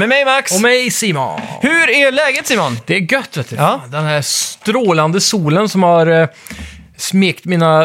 Med mig Max. Och mig Simon. Hur är läget Simon? Det är gött vet du. Ja. Den här strålande solen som har smekt mina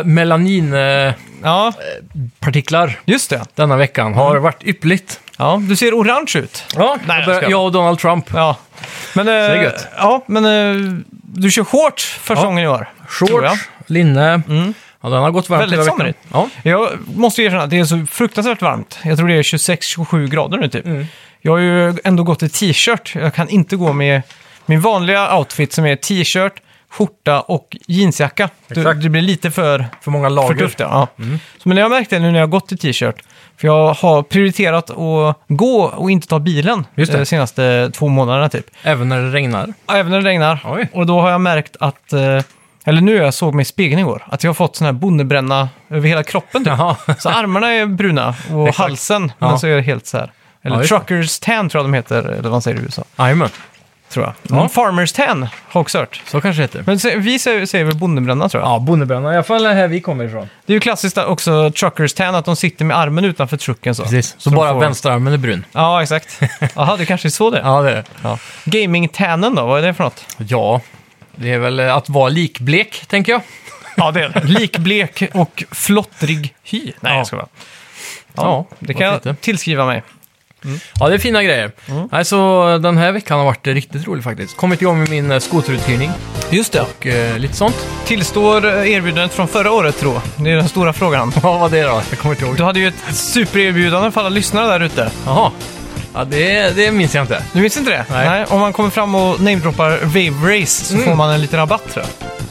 melaninpartiklar Ja, just det. denna veckan har varit yppligt. Ja, du ser orange ut. Ja, Nej, jag skojar. jag och Donald Trump. Ja. Men, är gött. Ja, men du kör shorts första gången i år. tror jag. Shorts, linne. Ja, den har gått varmt Väldigt hela veckan. somrigt. Ja. Jag måste erkänna att det är så fruktansvärt varmt. Jag tror det är 26-27 grader nu typ. Jag har ju ändå gått i t-shirt. Jag kan inte gå med min vanliga outfit som är t-shirt, skjorta och jeansjacka. Exakt. Det blir lite för många för lager. tufft. Ja. Så, men jag har märkt det nu när jag har gått i t-shirt. För jag har prioriterat att gå och inte ta bilen Just det. de senaste 2 månaderna typ. Även när det regnar. Även när det regnar. Oj. Och då har jag märkt att, eller nu jag såg mig i spegeln igår, att jag har fått sån här bondebränna över hela kroppen typ. Jaha. Så armarna är bruna och Exakt. halsen, Ja. men så är det helt så här. Eller Ja, just det. truckers tan tror jag de heter, eller vad man säger i USA. Jajamän, Tror jag. Ja. Farmers tan har jag också hört. så kanske det heter. Men vi säger väl bondebränna tror jag. Ja, bondebränna. I alla fall här vi kommer ifrån. Det är ju klassiskt också truckers tan, att de sitter med armen utanför trucken så. Precis, så de bara får- vänsterarmen är brun. Ja, exakt. Jaha, det kanske är så det är. Ja, det är det. Ja. Gaming-tanen då, vad är det för något? Ja, det är väl att vara likblek, tänker jag. Ja, det är det. Likblek och flottrig hy. Nej, Ja. jag ska bara. Ja, Det kan varför jag inte? tillskriva mig. Ja, det är fina grejer. Alltså, den här veckan har varit riktigt rolig faktiskt. Kommit igång med min skoteruthyrning Just det. och lite sånt. Tillstår erbjudandet från förra året, tror jag. Det är den stora frågan. Vad var det då? Jag kommer inte ihåg. Du hade ju ett supererbjudande för alla lyssnare där ute. Jaha. Ja, det minns jag inte. Du minns inte det? Nej. Om man kommer fram och namedroppar Wave Race så får man en liten rabatt, tror jag.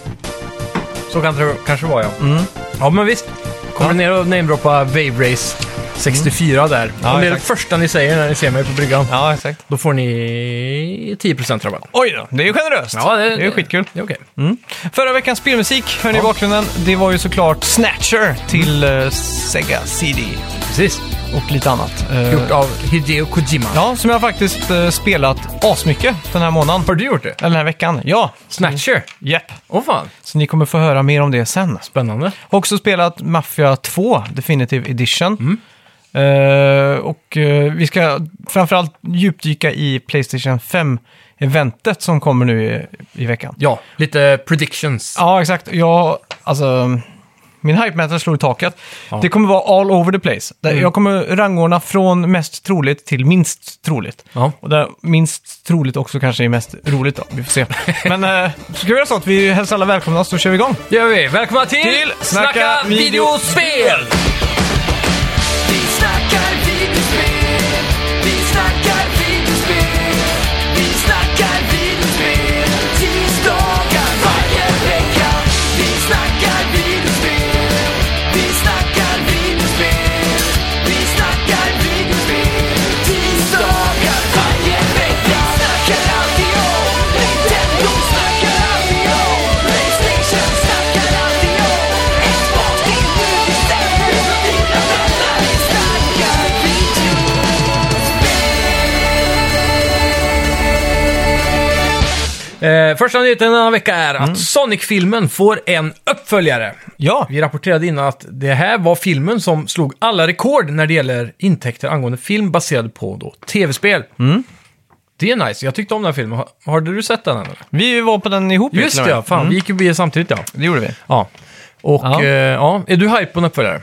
Så kan det kanske vara, ja. Mm. Ja, men visst. Kommer ner och namedroppa Wave Race 64 där. Ja, Om det är det exakt. första ni säger när ni ser mig på bryggan, Ja, exakt. då får ni 10% rabatt. Oj då, det är ju generöst. Ja, det är ju skitkul. Det är okej. Förra veckans spelmusik, hör ni i bakgrunden, det var ju såklart Snatcher till Sega CD Precis. och lite annat. Gjort av Hideo Kojima. Ja, som jag faktiskt spelat asmycket den här månaden. Har du gjort det? Eller den här veckan. Ja, Snatcher? japp. Åh fan. Så ni kommer få höra mer om det sen. Spännande. Har också spelat Mafia 2 Definitive Edition. Och vi ska framförallt djupdyka i PlayStation 5-eventet som kommer nu i veckan. Ja, lite predictions. Ja, exakt. Alltså, min hype meter slår i taket. Ja. Det kommer vara all over the place. Jag kommer rangordna från mest troligt till minst troligt. Ja. Och där minst troligt också kanske är mest roligt då. Vi får se. Men ska vi göra så att vi hälsar alla välkomna så kör vi igång. Det gör vi. Välkomna till Snacka videospel! Vi snackar videospel, vi snackar videospel, vi snackar videospel, tisdagar varje vecka. Vi snackar videospel, vi snackar videospel, vi snackar videospel, tisdagar varje vecka. Snackar alltid om Nintendo, snackar alltid om PlayStation, snackar alltid om Xbox, det är nu vi ställer dina vänner. Vi snackar Första nyheten denna vecka är att Sonic-filmen får en uppföljare. Ja, Vi rapporterade innan att det här var filmen som slog alla rekord när det gäller intäkter angående film baserad på då tv-spel. Det är nice. Jag tyckte om den här filmen. Har du sett den än? vi var på den ihop. Just det, ja. Fan, vi gick ju bio samtidigt, ja. Det gjorde vi. Ja. Och Ja. är du hype på en uppföljare?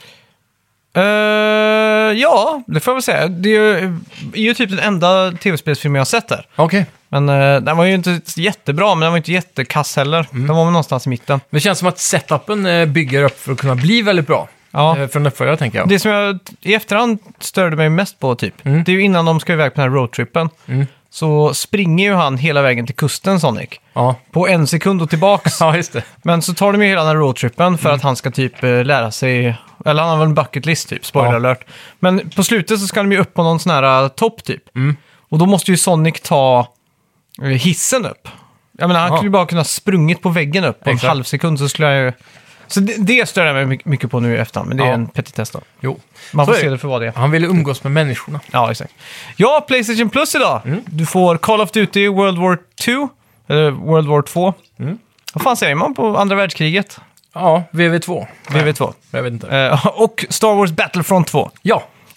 Ja, det får jag väl säga. Det är ju typ den enda tv-spelsfilmen jag har sett där. Okej. Men den var ju inte jättebra, men den var inte jättekass heller. Den var väl någonstans i mitten. Det känns som att setupen bygger upp för att kunna bli väldigt bra. Ja. För en uppföljare, tänker jag. Det som jag i efterhand störde mig mest på typ, det är ju innan de ska iväg på den här roadtrippen. Så springer ju han hela vägen till kusten, Sonic. Ja. På 1 sekund och tillbaks. Ja, just det. Men så tar de ju hela den här roadtrippen för att han ska typ lära sig, eller han har väl en bucket list typ, spoiler Ja. alert. Men på slutet så ska de ju upp på någon sån här topp typ. Och då måste ju Sonic ta hissen upp. Jag menar, han Ja. skulle ju bara kunna sprungit på väggen upp på en Exakt. halv sekund så skulle jag ju... Så det stör jag mig mycket på nu i efterhand, men det är Ja. en petitess då. Jo. Man får Så är se det. det för vad det är. Han ville umgås med människorna. Ja, exakt. Ja, PlayStation Plus idag. Du får Call of Duty World War 2, eller World War 2. Vad fan säger man på andra världskriget? Ja, VV2. VV2. Jag vet inte. Och Star Wars Battlefront 2. Ja,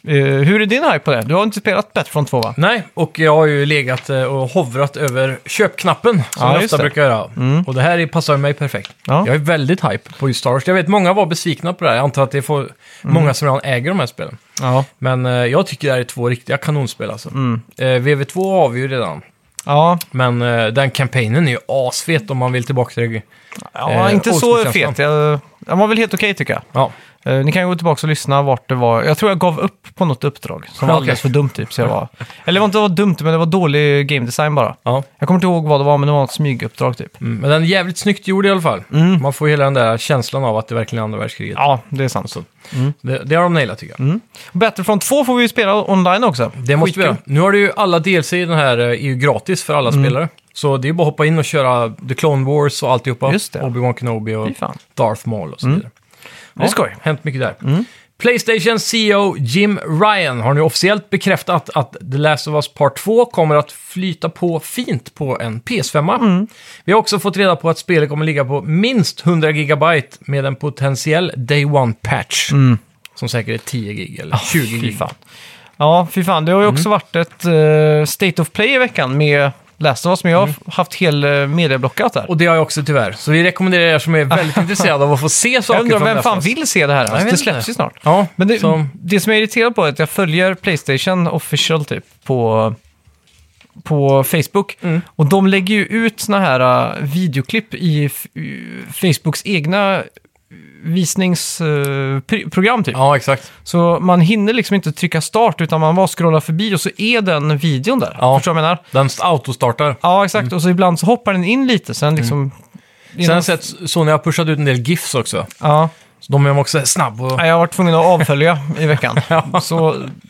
Hur är din hype på det? Du har inte spelat Battlefront 2, va? Nej, och jag har ju legat och hovrat över köpknappen som Ja, jag just ofta det. brukar göra. Och det här passar mig perfekt. Ja. Jag är väldigt hype på just Star Wars. Jag vet många var besvikna på det här. Jag antar att det är många som redan äger de här spelen. Ja. Men jag tycker det här är 2 riktiga kanonspel alltså. VV2 har vi ju redan. Ja, Men den kampanjen är ju asfet om man vill tillbaka till det. inte old så school-känslan. fet. Den var väl helt okej tycker jag. Ja. Ni kan gå tillbaka och lyssna vart det var. Jag tror jag gav upp på något uppdrag som var Okej. alldeles för dumt typ. Så jag var... Eller det var inte dumt, men det var dålig game design bara. Ja. Jag kommer inte ihåg vad det var, men det var ett smyguppdrag typ. Men den är jävligt snyggt gjord i alla fall. Man får hela den där känslan av att det verkligen är andra världskriget. Ja, det är sant. Så. Det har de nailat tycker jag. Battlefront 2 får vi ju spela online också. Det måste vi göra. Nu har du ju alla DLC i den här är ju gratis för alla spelare. Så det är bara att hoppa in och köra The Clone Wars och alltihopa. Just det. Obi-Wan Kenobi och Fy fan. Darth Maul och så vidare. Det är skoj. Hänt mycket där. PlayStation CEO Jim Ryan har nu officiellt bekräftat att The Last of Us Part 2 kommer att flyta på fint på en PS5. Vi har också fått reda på att spelet kommer ligga på minst 100 GB med en potentiell Day One-patch. Som säkert är 10 GB eller 20 Fy GB. fan. Ja, fy fan. Det har ju också varit ett State of Play i veckan med Last of Us, men jag har haft hel medieblockat där. Och det har jag också tyvärr. Så vi rekommenderar er som är väldigt intresserade av att få se saker Jag undrar från vem Last of fan Us. vill se det här? Alltså, vet det släpps inte. ju snart. Ja, Men det, så- det som är irriterande på är att jag följer PlayStation Official typ på Facebook. Och de lägger ju ut såna här videoklipp i Facebooks egna visningsprogram typ. Ja, exakt. Så man hinner liksom inte trycka start utan man bara scrollar förbi och så är den videon där. Ja. Förstår du vad jag menar? Den autostartar. Ja, exakt. Och så ibland så hoppar den in lite. Sen liksom... Sen har jag sett Sony har pushat ut en del GIFs också. Ja. Så de är också snabb och... Jag har varit tvungen att avfölja i veckan. Så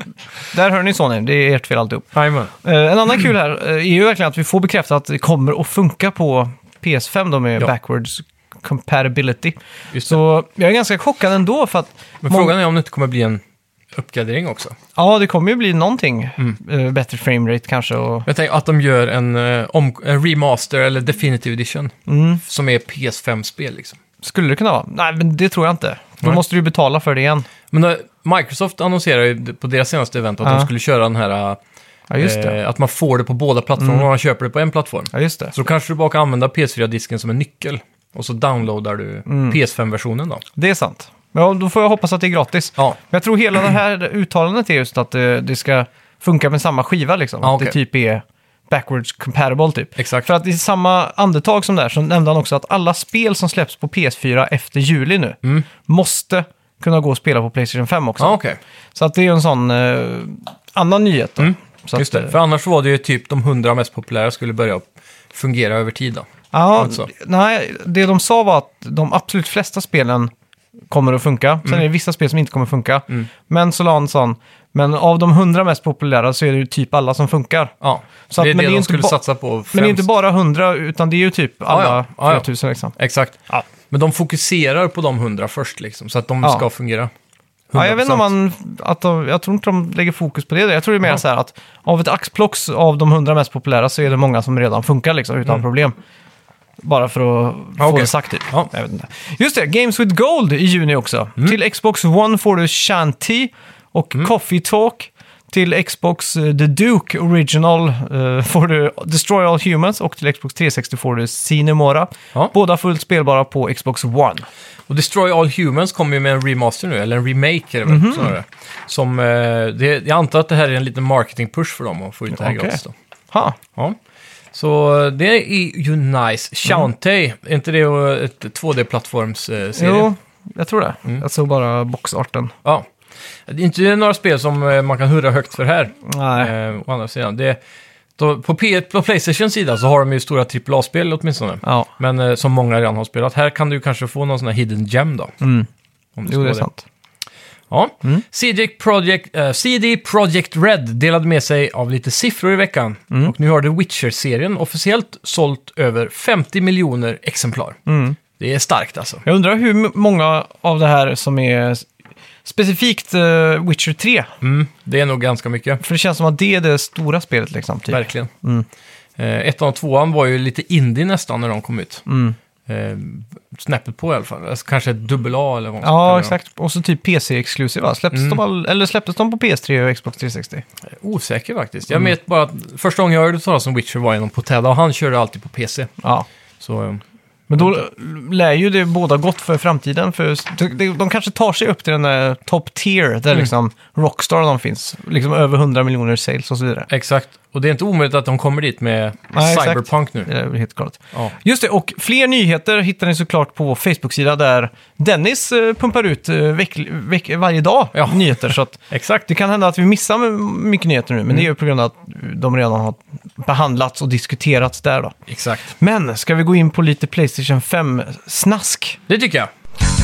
där hör ni Sony, det är ert fel alltihop. Jajamän. En annan kul här är ju verkligen att vi får bekräftat att det kommer att funka på PS5 då med Ja. backwards compatibility. Just det. Så jag är ganska chockad ändå för att... Men frågan är om det inte kommer bli en uppgradering också. Ja, det kommer ju bli någonting. Bättre framerate kanske och... Jag tänker att de gör en remaster eller definitive edition som är PS5-spel liksom. Skulle det kunna vara? Nej, men det tror jag inte. Då Nej. måste du betala för det igen. Men Microsoft annonserade ju på deras senaste event att Ja. de skulle köra den här... Ja, just det. att man får det på båda plattformarna och man köper det på en plattform. Ja, just det. Så då kanske du bara kan använda PS4-disken som en nyckel. Och så downloadar du PS5-versionen då. Det är sant. Ja, då får jag hoppas att det är gratis. Ja. Men jag tror hela det här uttalandet är just att det ska funka med samma skiva liksom. Ja, Att det okej. typ är backwards compatible typ. Exakt. För att i samma andetag som där så nämnde han också att alla spel som släpps på PS4 efter juli nu måste kunna gå och spela på PlayStation 5 också. Ja, okej. Så att det är ju en sån annan nyhet då. Så Just att, det. För annars så var det ju typ de 100 mest populära skulle börja fungera över tid då. Ja, alltså. nej, det de sa var att de absolut flesta spelen kommer att funka. Sen är det vissa spel som inte kommer att funka. Men så la han sån, men av de 100 mest populära så är det ju typ alla som funkar. Ja, Så det är att- men det det är de inte skulle ba- satsa på främst. Men det är inte bara 100, utan det är ju typ alla Ja, ja. 4000 liksom. Exakt. Ja. Men de fokuserar på de 100 först liksom, så att de Ja. ska fungera. Ja, jag vet inte om 100%. jag tror inte de lägger fokus på det. Jag tror det är mer så här att av ett axplock av de 100 mest populära så är det många som redan funkar liksom, utan problem. Bara för att få okej. det sagt typ. Ja. Jag vet inte. Just det, Games with Gold i juni också. Till Xbox One får du Shanty och Coffee Talk. Till Xbox The Duke Original får du Destroy All Humans och till Xbox 360 får du Cinemora. Ja. Båda fullt spelbara på Xbox One. Och Destroy All Humans kommer ju med en remaster nu, eller en remake är det väl snarare. Som, jag antar att det här är en liten marketing-push för dem att få ut det här Okej. gratis då. Ha. Ja. Så det är ju nice. Shantae, är inte det ett 2D-plattformsserie? Jo, jag tror det. Jag såg bara boxarten. Ja. Det är inte några spel som man kan hurra högt för här. Nej. Å andra sidan. På PlayStation sida så har de ju stora AAA-spel åtminstone. Ja, Men som många redan har spelat. Här kan du kanske få någon sån här hidden gem då. Om jo, ska det är vara sant. Ja. CD Projekt Red delade med sig av lite siffror i veckan. Och nu har The Witcher-serien officiellt sålt över 50 miljoner exemplar. Det är starkt alltså. Jag undrar hur många av det här som är specifikt Witcher 3. Det är nog ganska mycket. För det känns som att det är det stora spelet liksom. Typ. Verkligen. Ettan och tvåan var ju lite indie nästan när de kom ut. snäppet på i alla fall. Alltså, kanske ett AA eller vad man ska kalla Ja, det. exakt. Och så typ PC-exklusiv, va? Släpptes de på PS3 och Xbox 360? Osäker faktiskt. Jag vet bara att första gången jag hörde talas om Witcher var genom Potada och han körde alltid på PC. Ja. Så Men då lär ju det båda gott för framtiden. För de kanske tar sig upp till den där top tier där liksom Rockstar de finns. Liksom över 100 miljoner sales och så vidare. exakt. Och det är inte omöjligt att de kommer dit med Nej, Cyberpunk nu. Det är helt klart. Ja. Just det, och fler nyheter hittar ni såklart på Facebook-sida där Dennis pumpar ut varje dag Ja. nyheter. Så att Exakt. det kan hända att vi missar mycket nyheter nu, men det är ju på grund av att de redan har behandlats och diskuterats där då. Exakt. Men ska vi gå in på lite PlayStation 5-snask? Det tycker jag.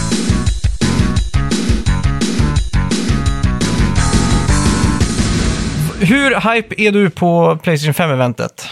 Hur hype är du på PlayStation 5-eventet?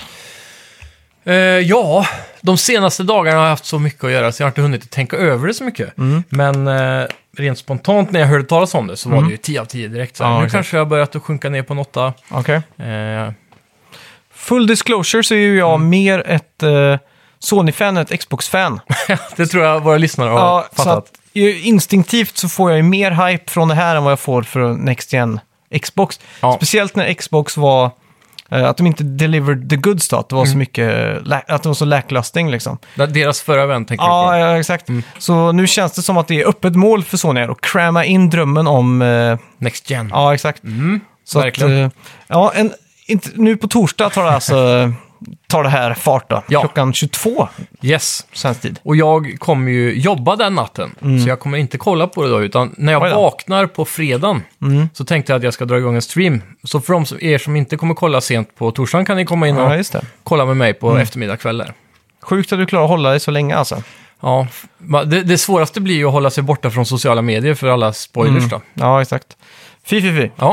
Ja, de senaste dagarna har jag haft så mycket att göra så jag har inte hunnit tänka över det så mycket. Men rent spontant när jag hörde talas om det så var det ju 10 av 10 direkt. Så Ja, nu exakt. kanske jag har börjat att sjunka ner på en 8. Okej. Eh, Full disclosure så är ju jag mer ett Sony-fan än ett Xbox-fan. det tror jag våra lyssnare har Ja, så fattat. att instinktivt så får jag ju mer hype från det här än vad jag får från Next Gen Xbox. Ja. Speciellt när Xbox var att de inte delivered the goods då, att det var så mycket, att det var så lacklusting liksom. Deras förra event tänker du Ja, på. ja, exakt. Så nu känns det som att det är öppet mål för Sony här och cramma in drömmen om... Next Gen. ja, exakt. Så verkligen. att, ja, nu på torsdag tar det här fart då. Ja. Klockan 22 Yes. svensk tid. Och jag kommer ju jobba den natten, så jag kommer inte kolla på det då, utan när jag Oj då. vaknar på fredagen så tänkte jag att jag ska dra igång en stream. Så för er som inte kommer kolla sent på torsdagen kan ni komma in och Ja, just det. kolla med mig på eftermiddag kväll där. Sjukt att du klarar att hålla dig så länge alltså. Ja, det svåraste blir ju att hålla sig borta från sociala medier för alla spoilers då. Ja, exakt. Fy. Ja.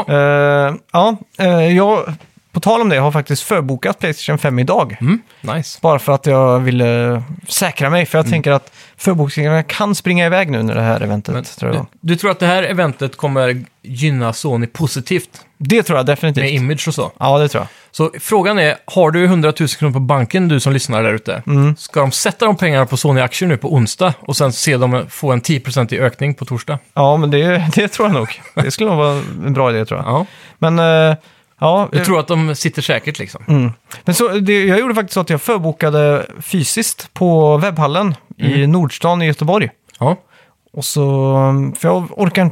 Jag, på tal om det, har faktiskt förbokat PlayStation 5 idag. Nice. Bara för att jag ville säkra mig. För jag tänker att förbokningarna kan springa iväg nu när det här eventet. Tror jag. Du tror att det här eventet kommer gynna Sony positivt Det tror jag definitivt. med image och så? Ja, det tror jag. Så frågan är, har du 100 000 kronor på banken, du som lyssnar där ute? Ska de sätta de pengarna på Sony-aktier nu på onsdag och sen se dem få en 10% i ökning på torsdag? Ja, men det tror jag nog. Det skulle nog vara en bra idé, tror jag. Ja. Men, ja. Jag tror att de sitter säkert liksom. Men så, jag gjorde faktiskt så att jag förbokade fysiskt på webbhallen i Nordstan i Göteborg. Ja. Och så, för jag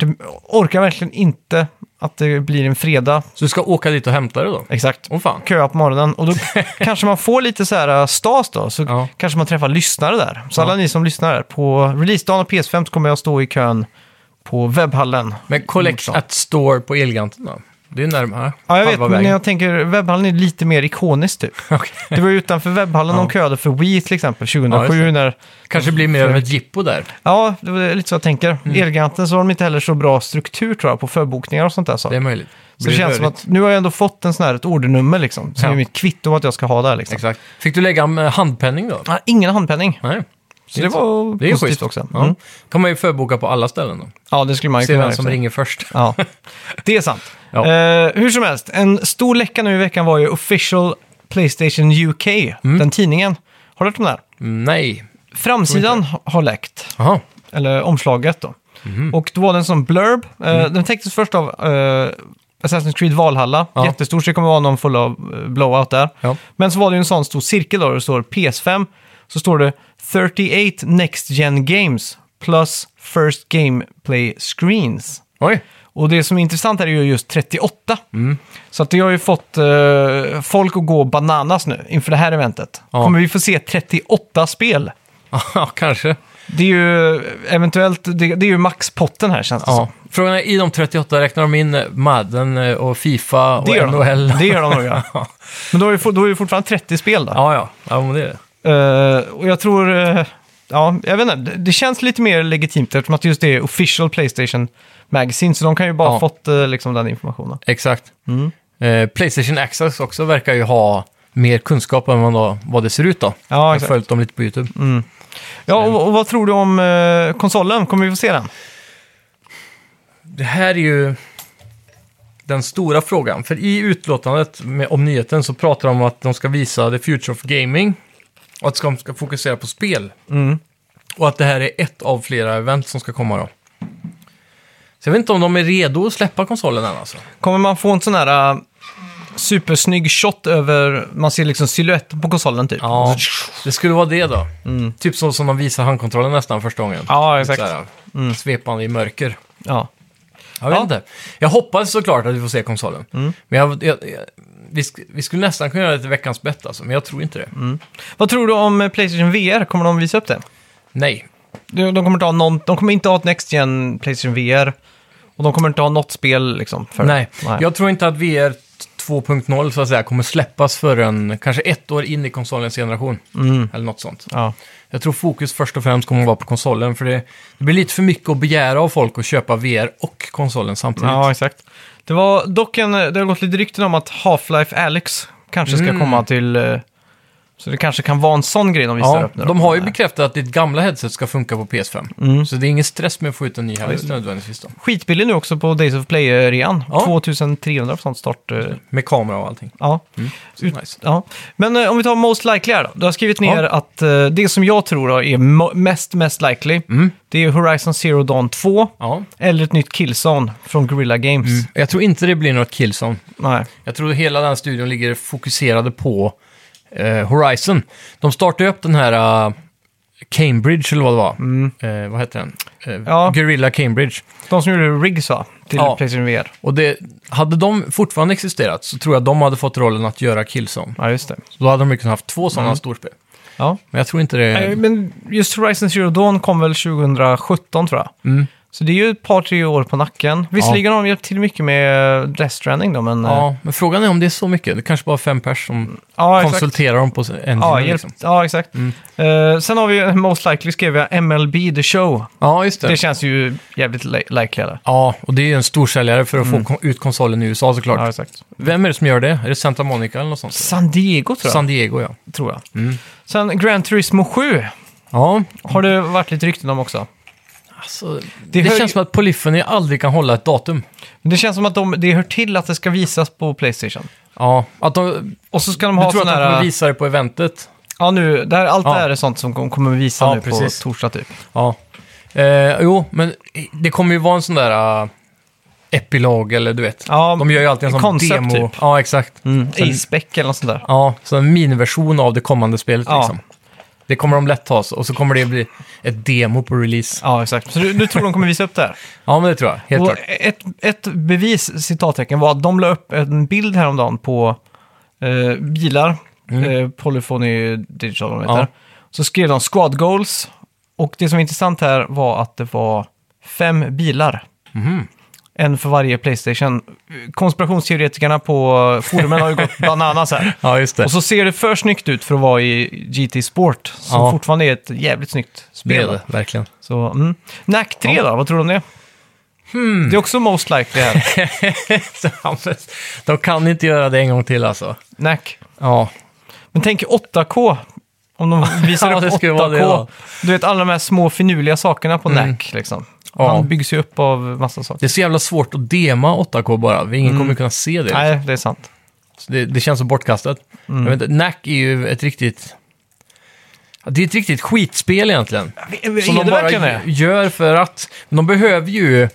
orkar verkligen inte att det blir en fredag. Så du ska åka dit och hämta det då? Exakt. Åh fan. Köa på morgonen. Och då kanske man får lite så här stas då. Så Ja. kanske man träffar lyssnare där. Så Ja. alla ni som lyssnar där, på releasedagen och PS5 så kommer jag stå i kön på webbhallen. Men Collect Nordstan. at Store på Elgiganten då? Det är närmare. Ja, jag vet, halva men vägen. jag tänker webbhallen är lite mer ikoniskt typ. Okej. Det var ju utanför webbhallen Ja. de köade för Wii till exempel, 2007. Ja, just det. när, Kanske blir mer av ett jippo där. ja, det var lite så jag tänker. Elgiganten så har de inte heller så bra struktur tror jag på förbokningar och sånt där. Så Det är möjligt. det känns som att nu har jag ändå fått ett ordernummer liksom. Så Ja. är mitt kvitto om att jag ska ha där liksom. Exakt. Fick du lägga med handpenning då? Ja, ingen handpenning. Nej. Så det var Det är positivt schysst också. Ja. Mm. kan man ju förboka på alla ställen då. Ja, det skulle man ju Se kunna vem göra. som också. ringer först. Ja, det är sant. Ja. Hur som helst, en stor läcka nu i veckan var ju Official PlayStation UK, den tidningen. Har du hört om det här? Nej. Framsidan har läckt, Jaha. eller omslaget då. Och då var det en sån blurb. Den täcktes först av Assassin's Creed Valhalla. Ja. Jättestor, så det kommer vara någon full av blowout där. Ja. Men så var det ju en sån stor cirkel då, det står PS5. Så står det 38 Next Gen Games plus First Gameplay Screens. Oj. Och det som är intressant här är ju just 38. Så att det har ju fått folk att gå bananas nu inför det här eventet. Ja. Kommer vi få se 38 spel? Ja, kanske. Det är ju eventuellt, det är ju maxpotten här känns det Ja. som. Frågan är, i de 38 räknar de in Madden och FIFA och Det gör NHL? de. Det gör de nog, ja. Men då är det fortfarande 30 spel då. Ja, men det är det. Och jag tror, ja, jag vet inte, det känns lite mer legitimt eftersom att just det är official PlayStation Magazine, så de kan ju bara Ja. fått liksom den informationen. Exakt. PlayStation Access också verkar ju ha mer kunskap än vad det ser ut då. Ja, Jag har exakt. följt dem lite på YouTube. Ja, och vad tror du om konsolen? Kommer vi få se den? Det här är ju den stora frågan. För i utlåtandet om nyheten så pratar de om att de ska visa the future of gaming och att de ska fokusera på spel. Och att det här är ett av flera event som ska komma då. Så jag vet inte om de är redo att släppa konsolen än alltså. Kommer man få en sån här supersnygg shot över, man ser liksom silhuetten på konsolen typ? Ja, det skulle vara det då. Typ så som de visar handkontrollen nästan första gången. Ja, exakt. Såhär, svepande i mörker. Ja. Jag vet inte. Jag hoppas såklart att vi får se konsolen. Men vi skulle nästan kunna göra det till veckans bett alltså, men jag tror inte det. Vad tror du om PlayStation VR? Kommer de visa upp det? Nej. De kommer inte ha ett Next Gen PlayStation VR. Och de kommer inte ha något spel liksom. Nej, jag tror inte att VR 2.0 så att säga kommer släppas förrän kanske 1 år in i konsolens generation. Eller något sånt. Ja. Jag tror fokus först och främst kommer att vara på konsolen, för det blir lite för mycket att begära av folk att köpa VR och konsolen samtidigt. Ja, exakt. Det var dock det har gått lite rykten om att Half-Life Alyx kanske ska komma till... Så det kanske kan vara en sån grej de visar upp nu. De har ju bekräftat att ditt gamla headset ska funka på PS5. Så det är ingen stress med att få ut en ny heller nödvändigtvis då. Skitbillig nu också på Days of Play-rean. Ja. 2300 för sånt start. Med kamera och allting. Ja. Så nice. Ja. Men om vi tar most likely här då. Du har skrivit ner att det som jag tror då är mest likely, det är Horizon Zero Dawn 2 eller ett nytt Killzone från Guerrilla Games. Jag tror inte det blir något Killzone. Nej. Jag tror hela den studion ligger fokuserade på Horizon. De startade upp den här Cambridge eller vad det var. Vad heter den? Guerrilla Cambridge. De som gjorde Riggs va? Till PlayStation VR. Och hade de fortfarande existerat så tror jag att de hade fått rollen att göra Killzone. Ja, just det. Så då hade de ju kunnat haft 2 sådana storspel. Ja. Men jag tror inte det... Nej, men just Horizon Zero Dawn kom väl 2017 tror jag. Så det är ju ett par, 3 år på nacken. Visserligen har de hjälpt till mycket med Death Stranding då, men... Ja, men frågan är om det är så mycket. Det kanske bara 5 pers som konsulterar dem på engine. Ja, liksom. Ja, exakt. Sen har vi most likely skrev jag MLB The Show. Ja, just det. Det känns ju jävligt likely. Eller? Ja, och det är ju en stor säljare för att få ut konsolen i USA såklart. Ja, exakt. Vem är det som gör det? Är det Santa Monica eller något sånt? San Diego tror jag. San Diego, ja. Tror jag. Sen Gran Turismo 7 har det varit lite rykten om också. Alltså, det känns som att Polyphony aldrig kan hålla ett datum. Det känns som att det hör till att det ska visas på PlayStation. Ja, och så ska de ha sådana här... Du tror att de kommer visa det på eventet? Ja, nu. Allt det här är sånt som kommer visa nu precis. På torsdag typ. Ja. Jo, men det kommer ju vara en sån där epilog eller du vet. Ja, de gör ju alltid en sån concept, demo. Typ. Ja, exakt. A-spec eller något sånt där. Ja, så en miniversion av det kommande spelet liksom. Det kommer de lätt ta oss och så kommer det bli ett demo på release. Ja, exakt. Så du tror de kommer visa upp det här? Ja, men det tror jag. Helt och klart. Ett bevis, citattecken, var att de la upp en bild häromdagen på bilar. Polyphony Digital, de heter. Så skrev de Squad Goals. Och det som är intressant här var att det var 5 bilar. En för varje PlayStation. Konspirationsteoretikerna på forumen har ju gått bananas här. Ja, just det. Och så ser det för snyggt ut för att vara i GT Sport. Som fortfarande är ett jävligt snyggt spel. Det är det, verkligen. Så, NAC 3 då, vad tror du om det? Det är också most likely här. De kan inte göra det en gång till alltså. NAC. Ja. Men tänk 8K. Om de visar upp 8K. Du vet alla de här små finurliga sakerna på NAC liksom. Han byggs ju upp av massa saker. Det är så jävla svårt att dema 8K bara. Ingen kommer kunna se det. Nej, det är sant. Så det känns så bortkastat. Jag vet inte, NAC är ju ett riktigt... Det är ett riktigt skitspel egentligen. Som de bara gör för att... De behöver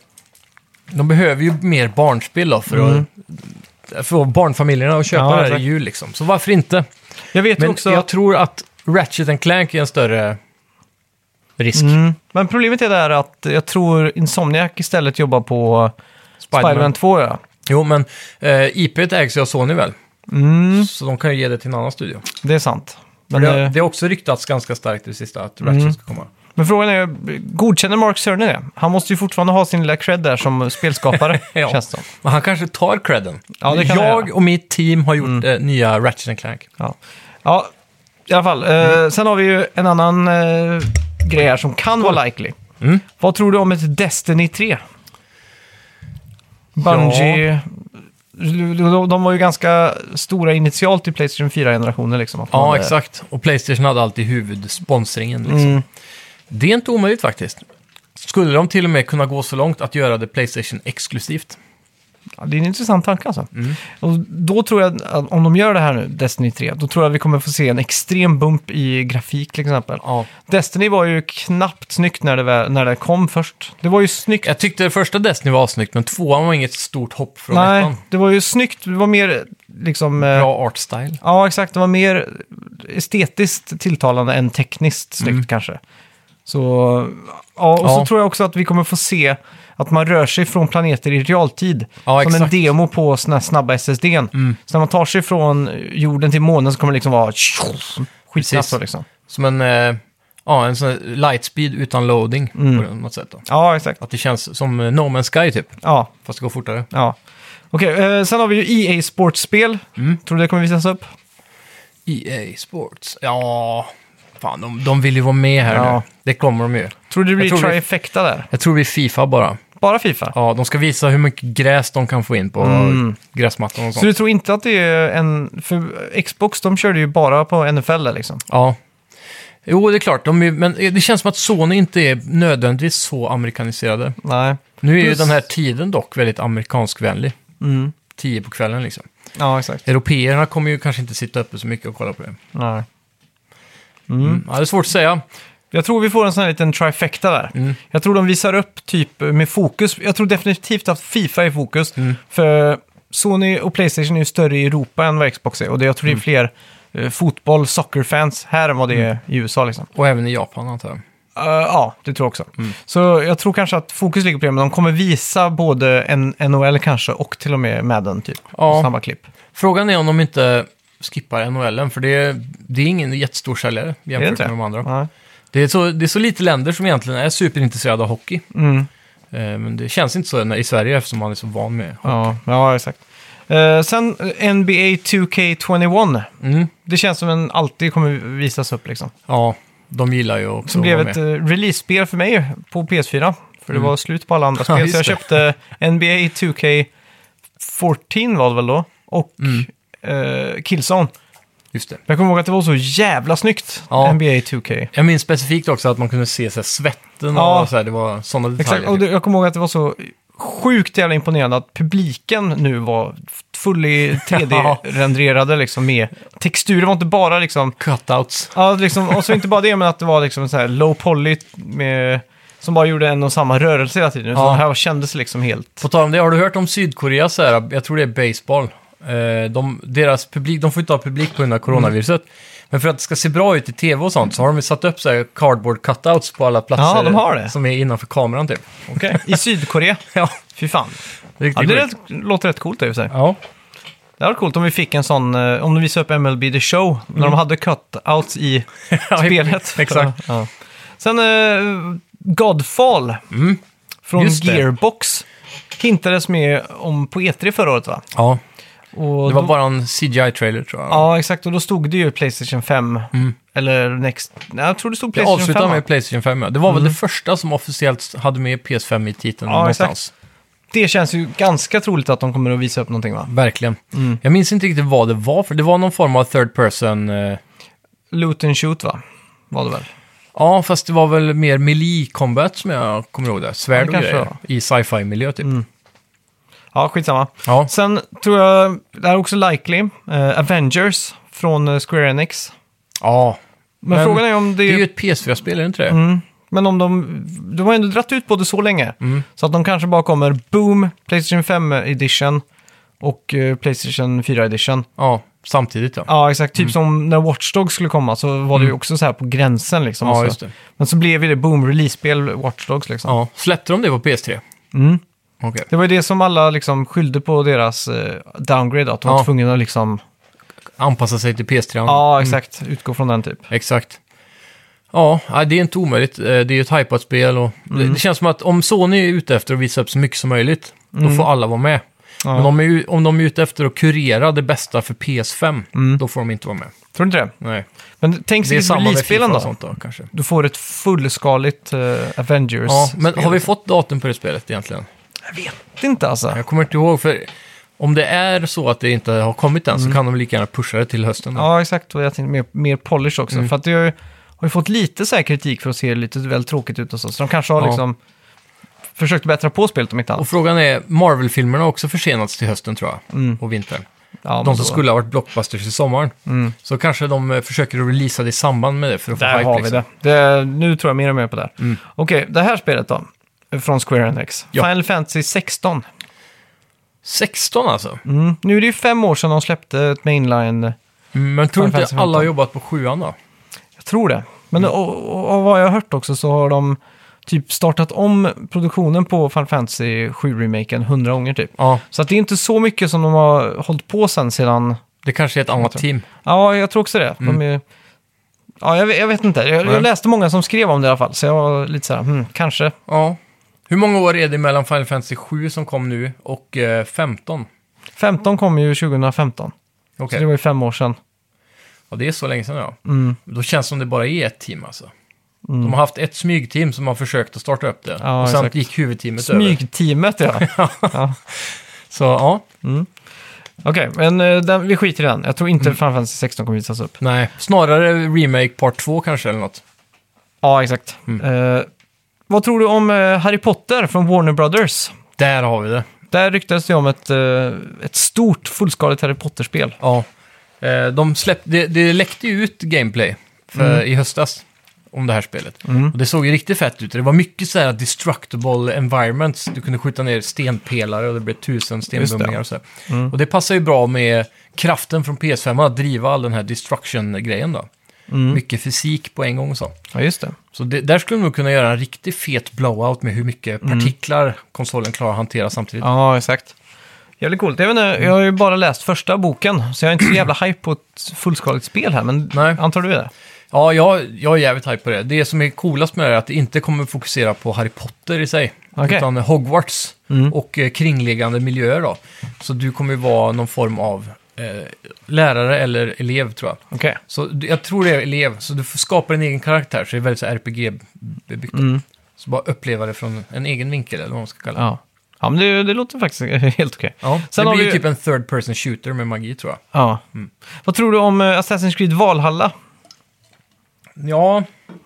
ju mer barnspel då för att få barnfamiljerna att köpa det här i jul liksom. Så varför inte? Men jag tror att Ratchet & Clank är en större risk. Men problemet är där att jag tror Insomniac istället jobbar på Spider-Man 2. Ja. Jo, men IP:t ägs ju av Sony väl? Så de kan ju ge det till en annan studio. Det är sant. Men det har också ryktats ganska starkt i det sista att Ratchet ska komma. Men frågan är, godkänner Mark Cerny det? Han måste ju fortfarande ha sin lilla cred där som spelskapare, känns det. Men han kanske tar credden. Ja, det kan jag och mitt team har gjort nya Ratchet & Clank. Ja, i alla fall. Sen har vi ju en annan grej här som kan vara likely. Vad tror du om ett Destiny 3? Bungie... De var ju ganska stora initialt i PlayStation 4-generationen. Liksom, ja, exakt. Och PlayStation hade alltid huvudsponsringen. Liksom. Det är inte omöjligt faktiskt. Skulle de till och med kunna gå så långt att göra det PlayStation exklusivt? Ja, det är en intressant tanke alltså. Och då tror jag att om de gör det här nu, Destiny 3, då tror jag att vi kommer få se en extrem bump i grafik till exempel. Ja. Destiny var ju knappt snyggt när det kom först. Det var ju snyggt. Jag tyckte det första Destiny var snyggt, men 2 var inget stort hopp från Nej, ettan. det var ju snyggt. Det var mer liksom... Bra art style. Ja, exakt. Det var mer estetiskt tilltalande än tekniskt snyggt kanske. Så, ja, och så tror jag också att vi kommer få se att man rör sig från planeter i realtid. Ja, som exakt. en demo på såna här snabba SSD:n. Så när man tar sig från jorden till månen så kommer det liksom vara skitsnabbt så liksom. Som en sån här lightspeed utan loading på något sätt då. Ja, exakt. Att det känns som No Man's Sky typ, Ja, fast det går fortare. ja. Okej, sen har vi ju EA Sportspel. Tror du det kommer visas upp? EA Sports, ja... Fan, de vill ju vara med här Ja. nu. Det kommer de ju. Tror du det blir Jag tror det- trifecta där? Jag tror det blir FIFA bara. Bara FIFA? Ja, de ska visa hur mycket gräs de kan få in på gräsmattan och Så sånt. du tror inte att det är en... För Xbox, de körde ju bara på NFL där, liksom. Ja. Jo, det är klart. Men det känns som att Sony inte är nödvändigtvis så amerikaniserade. Nej. Nu är ju Plus- den här tiden dock väldigt amerikanskvänlig. 10 på kvällen liksom. Ja, exakt. Europeerna kommer ju kanske inte sitta uppe så mycket och kolla på det. Nej. Ja, det är svårt att säga. Jag tror vi får en sån här liten trifecta där. Jag tror de visar upp typ med fokus. Jag tror definitivt att FIFA är i fokus. För Sony och PlayStation är ju större i Europa än vad Xbox är. Och jag tror det är fler fotboll, soccer-fans här än vad det är i USA liksom. Och även i Japan antar jag. Ja, det tror jag också. Så jag tror kanske att fokus ligger på det, men de kommer visa både en NHL kanske och till och med Madden typ. Ja. Samma klipp. Frågan är om de inte skippar NHLen, för det är ingen jättestor säljare Är det jämfört inte? med de andra. Ja. Det är så lite länder som egentligen är superintresserade av hockey. Men det känns inte så i Sverige eftersom man är så van med hockey. Ja, exakt. Sen NBA 2K21. Det känns som en alltid kommer visas upp liksom. Ja, de gillar ju också Som att blev vara ett med. Release-spel för mig på PS4. För det var slut på alla andra spel. just Så jag det. köpte NBA 2K14 var det väl då. Och Killzone. Just det. Jag kommer ihåg att det var så jävla snyggt. Ja. NBA 2K. Jag minns specifikt också att man kunde se så här, svetten Ja. och så här, det var sådana detaljer. Exakt, och jag kommer ihåg att det var så sjukt jävla imponerande att publiken nu var fully 3D-renderade liksom med texturer. Det var inte bara liksom... Cutouts. Ja, liksom, och så inte bara det, men att det var liksom så här low poly med, som bara gjorde en och samma rörelse hela tiden. Så Ja. det här kändes liksom helt... På tal om det, har du hört om Sydkorea så här, jag tror det är baseball. Deras publik, de får inte ha publik på grund av coronaviruset. Men för att det ska se bra ut i tv och sånt så har de satt upp så här cardboard cutouts på alla platser. Ja, de har det. Som är innanför kameran typ. Okej. I Sydkorea? Ja, Fy fan. riktigt Ja, det sjukt. låter rätt coolt i och för sig. Ja. Det hade varit coolt om vi fick en sån, om de visade upp MLB The Show, när de hade cutouts i spelet. Exakt. Ja. Sen Godfall från Just det. Gearbox hintades med om på E3 förra året, va? Ja, Och det var då- bara en CGI-trailer tror jag. Ja, exakt. Och då stod det ju Playstation 5. Eller Next... Nej, jag tror det stod Det Playstation 5. avslutade va? med Playstation 5. Ja. Det var väl det första som officiellt hade med PS5 i titeln Ja, någonstans. Det känns ju ganska troligt att de kommer att visa upp någonting, va? Verkligen. Jag minns inte riktigt vad det var, för det var någon form av third person... Loot and shoot, va? Var det väl? Ja, fast det var väl mer melee combat som jag kommer ihåg det. Svärd Ja, och det kanske grejer. var. I sci-fi-miljö typ. Ja, skitsamma. Ja. Sen tror jag, det här är också likely, Avengers från Square Enix. Ja. Men frågan är om Det är ju ett PS4-spel, är det inte det? Men om de har ändå dratt ut på det så länge. Så att de kanske bara kommer boom, Playstation 5 edition och Playstation 4 edition. Ja, samtidigt ja. Ja, exakt. Typ som när Watch Dogs skulle komma så var det ju också så här på gränsen liksom. Ja, Och så. just det. Men så blev ju det boom, release-spel Watch Dogs liksom. Ja. Släppte de det på PS3? Okej. Det var ju det som alla liksom skyllde på deras downgrade, att de var Ja. tvungna att liksom... Anpassa sig till PS3. Ja, exakt. Utgå från den typ. Exakt. Ja, nej, det är inte omöjligt. Det är ju ett hypat spel och det känns som att om Sony är ute efter att visa upp så mycket som möjligt, då får alla vara med. Ja. Men om de är ute efter att kurera det bästa för PS5, då får de inte vara med. Tror du inte det? Nej. Men tänk Det är sig samma med FIFA release-spelen och då. sånt då, kanske. Du får ett fullskaligt Avengers. Ja, men har vi fått datum på det spelet egentligen? Jag vet inte alltså. Jag kommer inte ihåg, för om det är så att det inte har kommit än så kan de lika gärna pusha det till hösten. Då. Ja, exakt. Och jag tänkte mer polish också. För att det har ju fått lite så här kritik för att se lite väl tråkigt ut och så. Så de kanske har Ja. liksom... försökte bättra på spelet om inte Och annat. frågan är, Marvel-filmerna har också försenats till hösten tror jag, och vintern. Ja, men De som då- skulle ha varit blockbusters i sommaren. Så kanske de försöker att releasa det i samband med det för att få Där hype. har vi liksom. det. Nu tror jag mer och mer på det här. Okej, det här spelet då. Från Square Enix. Ja. Final Fantasy 16. 16 alltså. Nu är det ju 5 år sedan de släppte ett mainline. Men tror Final inte Fantasy alla 15. har jobbat på 7an då? Jag tror det. Men och vad jag har hört också så har de typ startat om produktionen på Final Fantasy 7-remaken 100 gånger typ. Ja, Så att det är inte så mycket som de har hållit på sedan. det kanske är ett annat team. Ja, jag tror också det. De är... Ja, jag vet inte. Nej. Jag läste många som skrev om det i alla fall. Så jag var lite så här, kanske. Ja. Hur många år är det mellan Final Fantasy 7 som kom nu och 15? 15 kom ju 2015. Okej. Så det var ju 5 år sedan. Ja, det är så länge sedan ja. Då känns det som det bara är ett team alltså. De har haft ett smygteam som har försökt att starta upp det. Ja, och sen exakt. gick huvudteamet över. Smygteamet, ja. Så ja, Okej, men vi skiter i den. Jag tror inte Final Fantasy 16 kommer visas upp. nej. Snarare remake part 2 kanske eller något. Ja, exakt. Vad tror du om Harry Potter från Warner Brothers? Där har vi det. Där ryktades det om ett stort fullskaligt Harry Potter-spel. Ja. Det läckte ju ut gameplay i höstas om det här spelet. Och det såg ju riktigt fett ut. Det var mycket så här destructible environments. Du kunde skjuta ner stenpelare och det blev 1000 stenbumlingar och så. Och det passar ju bra med kraften från PS5 att driva all den här destruction-grejen då. Mycket fysik på en gång och så. Ja, just det. Så där skulle de nog kunna göra en riktigt fet blowout med hur mycket partiklar konsolen klarar att hantera samtidigt. Ja, exakt. Jävligt coolt. Jag vet inte, jag har ju bara läst första boken, så jag är inte så jävla hype på ett fullskaligt spel här, men Nej. antar du det? Ja, jag är jävligt hype på det. Det som är coolast med det är att det inte kommer fokusera på Harry Potter i sig. Okej. Utan Hogwarts och kringliggande miljöer då. Så du kommer ju vara någon form av lärare eller elev tror jag. Okej. Så jag tror det är elev, så du får skapa en egen karaktär. Så det är väldigt så RPG-bebyggt. Så bara uppleva det från en egen vinkel eller vad man ska kalla det. Ja. Ja, men det låter faktiskt helt okej. Ja, Sen det har blir vi ju typ en third person shooter med magi tror jag. Ja. Vad tror du om Assassin's Creed Valhalla? Ja.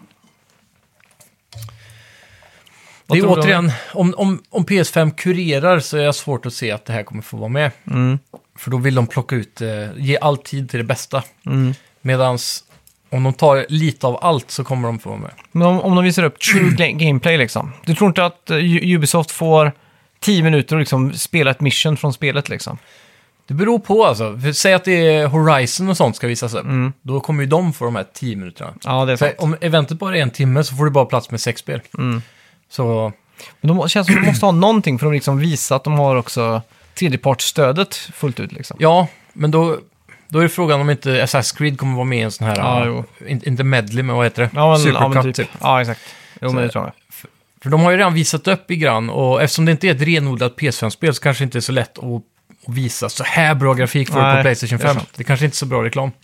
Vad Det är tror du om återigen, om PS5 kurerar så är jag svårt att se att det här kommer få vara med. För då vill de plocka ut, ge all tid till det bästa. Medans om de tar lite av allt så kommer de få vara med. Men om de visar upp true gameplay liksom. Du tror inte att Ubisoft får 10 minuter och liksom spela ett mission från spelet liksom? Det beror på alltså. För säg att det är Horizon och sånt ska visas upp. Då kommer ju de få de här 10 minuterna. Ja, det är För sant. om eventet bara är en timme så får du bara plats med 6 spel. Så Men de känns som att de måste ha någonting för att liksom visa att de har också tredjepartsstödet fullt ut liksom. ja, men då är det frågan om inte Assassin's Creed kommer vara med i en sån här, Ja, jo. inte medley, men vad heter det? Ja, men, Supercut typ. Ja, exakt. Jo, Så- men det tror jag. För de har ju redan visat upp i grann och eftersom det inte är ett renodlat PS5-spel så kanske det inte är så lätt att visa så här bra grafik för Nej, på PlayStation det är 5. sant. Det kanske inte är så bra reklam.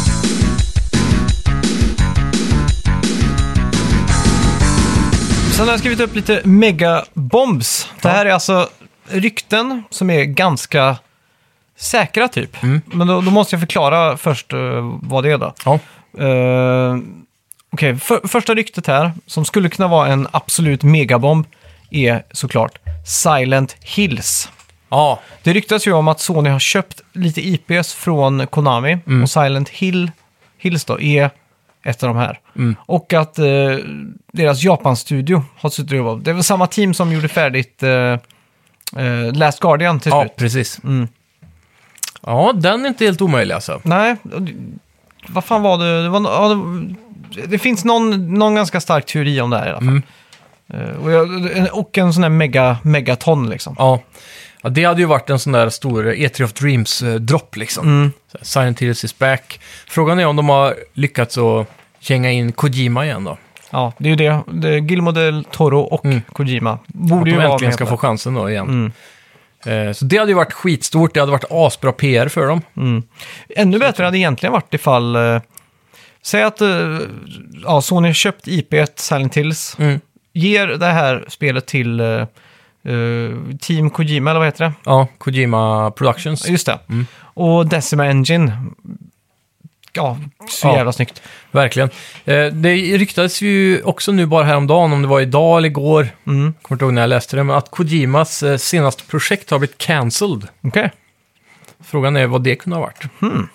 Sen har jag skrivit upp lite megabombs. Det här är alltså rykten som är ganska säkra typ. Men då måste jag förklara först vad det är då. Ja. Okej, första ryktet här, som skulle kunna vara en absolut megabomb, är såklart Silent Hills. Ja, Det ryktas ju om att Sony har köpt lite IPs från Konami och Silent Hills då är ett av de här. Och att deras Japan-studio har suttit och jobbat. Det är väl samma team som gjorde färdigt Last Guardian till ja slut. precis. Ja, den är inte helt omöjlig alltså. Nej, vad fan var det? Det finns någon ganska stark teori om det här i alla fall. Och en sån här megaton liksom. Ja. Ja, det hade ju varit en sån där stor E3 of Dreams-dropp liksom. Silent Hills is back. Frågan är om de har lyckats att känga in Kojima igen då. Ja, det är ju det. Det är Guillermo del Toro och Kojima. Att Borde de ju vara äntligen med ska på få det. chansen då igen. Så det hade ju varit skitstort. Det hade varit asbra PR för dem. Ännu bättre hade det egentligen varit ifall... säg att Sony har köpt IP1 Silent Hills. Ger det här spelet till Team Kojima, eller vad heter det? Ja, Kojima Productions. Just det. Och Decima Engine. ja, så Ja. jävla snyggt. Verkligen. Det ryktades ju också nu bara häromdagen, om det var idag eller igår, kommer inte ihåg när jag läste det, men att Kojimas senaste projekt har blivit cancelled. Okej. Frågan är vad det kunde ha varit.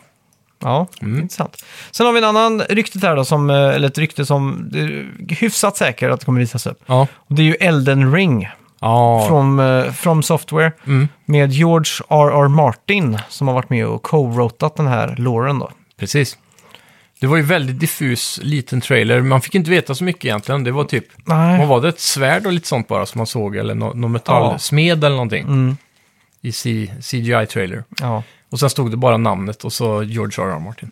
Ja, intressant. Sen har vi en annan rykte här då, eller ett rykte som är hyfsat säkert att det kommer visas upp. Ja. Och det är ju Elden Ring Ja. från Software med George R.R. Martin som har varit med och co-wrotat den här loren då. Precis. Det var ju väldigt diffus liten trailer. Man fick inte veta så mycket egentligen. Det var typ, Nej. vad var det? Ett svärd och lite sånt bara som man såg, eller någon metallsmed eller någonting i CGI-trailer. Ja. Och sen stod det bara namnet och så George R.R. Martin.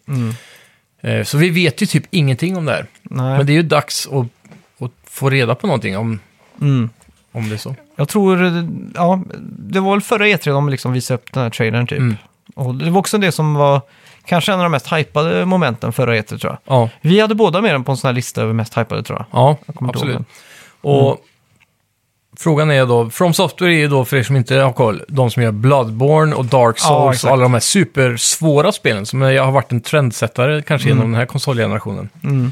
Så vi vet ju typ ingenting om det här. Nej. Men det är ju dags att få reda på någonting om det är så. Jag tror, ja, det var väl förra E3 de liksom visade upp den här trailern typ. Och det var också det som var kanske en av de mest hypade momenten förra E3 tror jag. Ja, Vi hade båda med den på en sån här lista över mest hypade tror jag. ja kommer inte absolut. ihåg Och frågan är då, From Software är ju då, för er som inte har koll, de som gör Bloodborne och Dark Souls exakt. och alla de här supersvåra spelen som har varit en trendsättare kanske genom den här konsolgenerationen.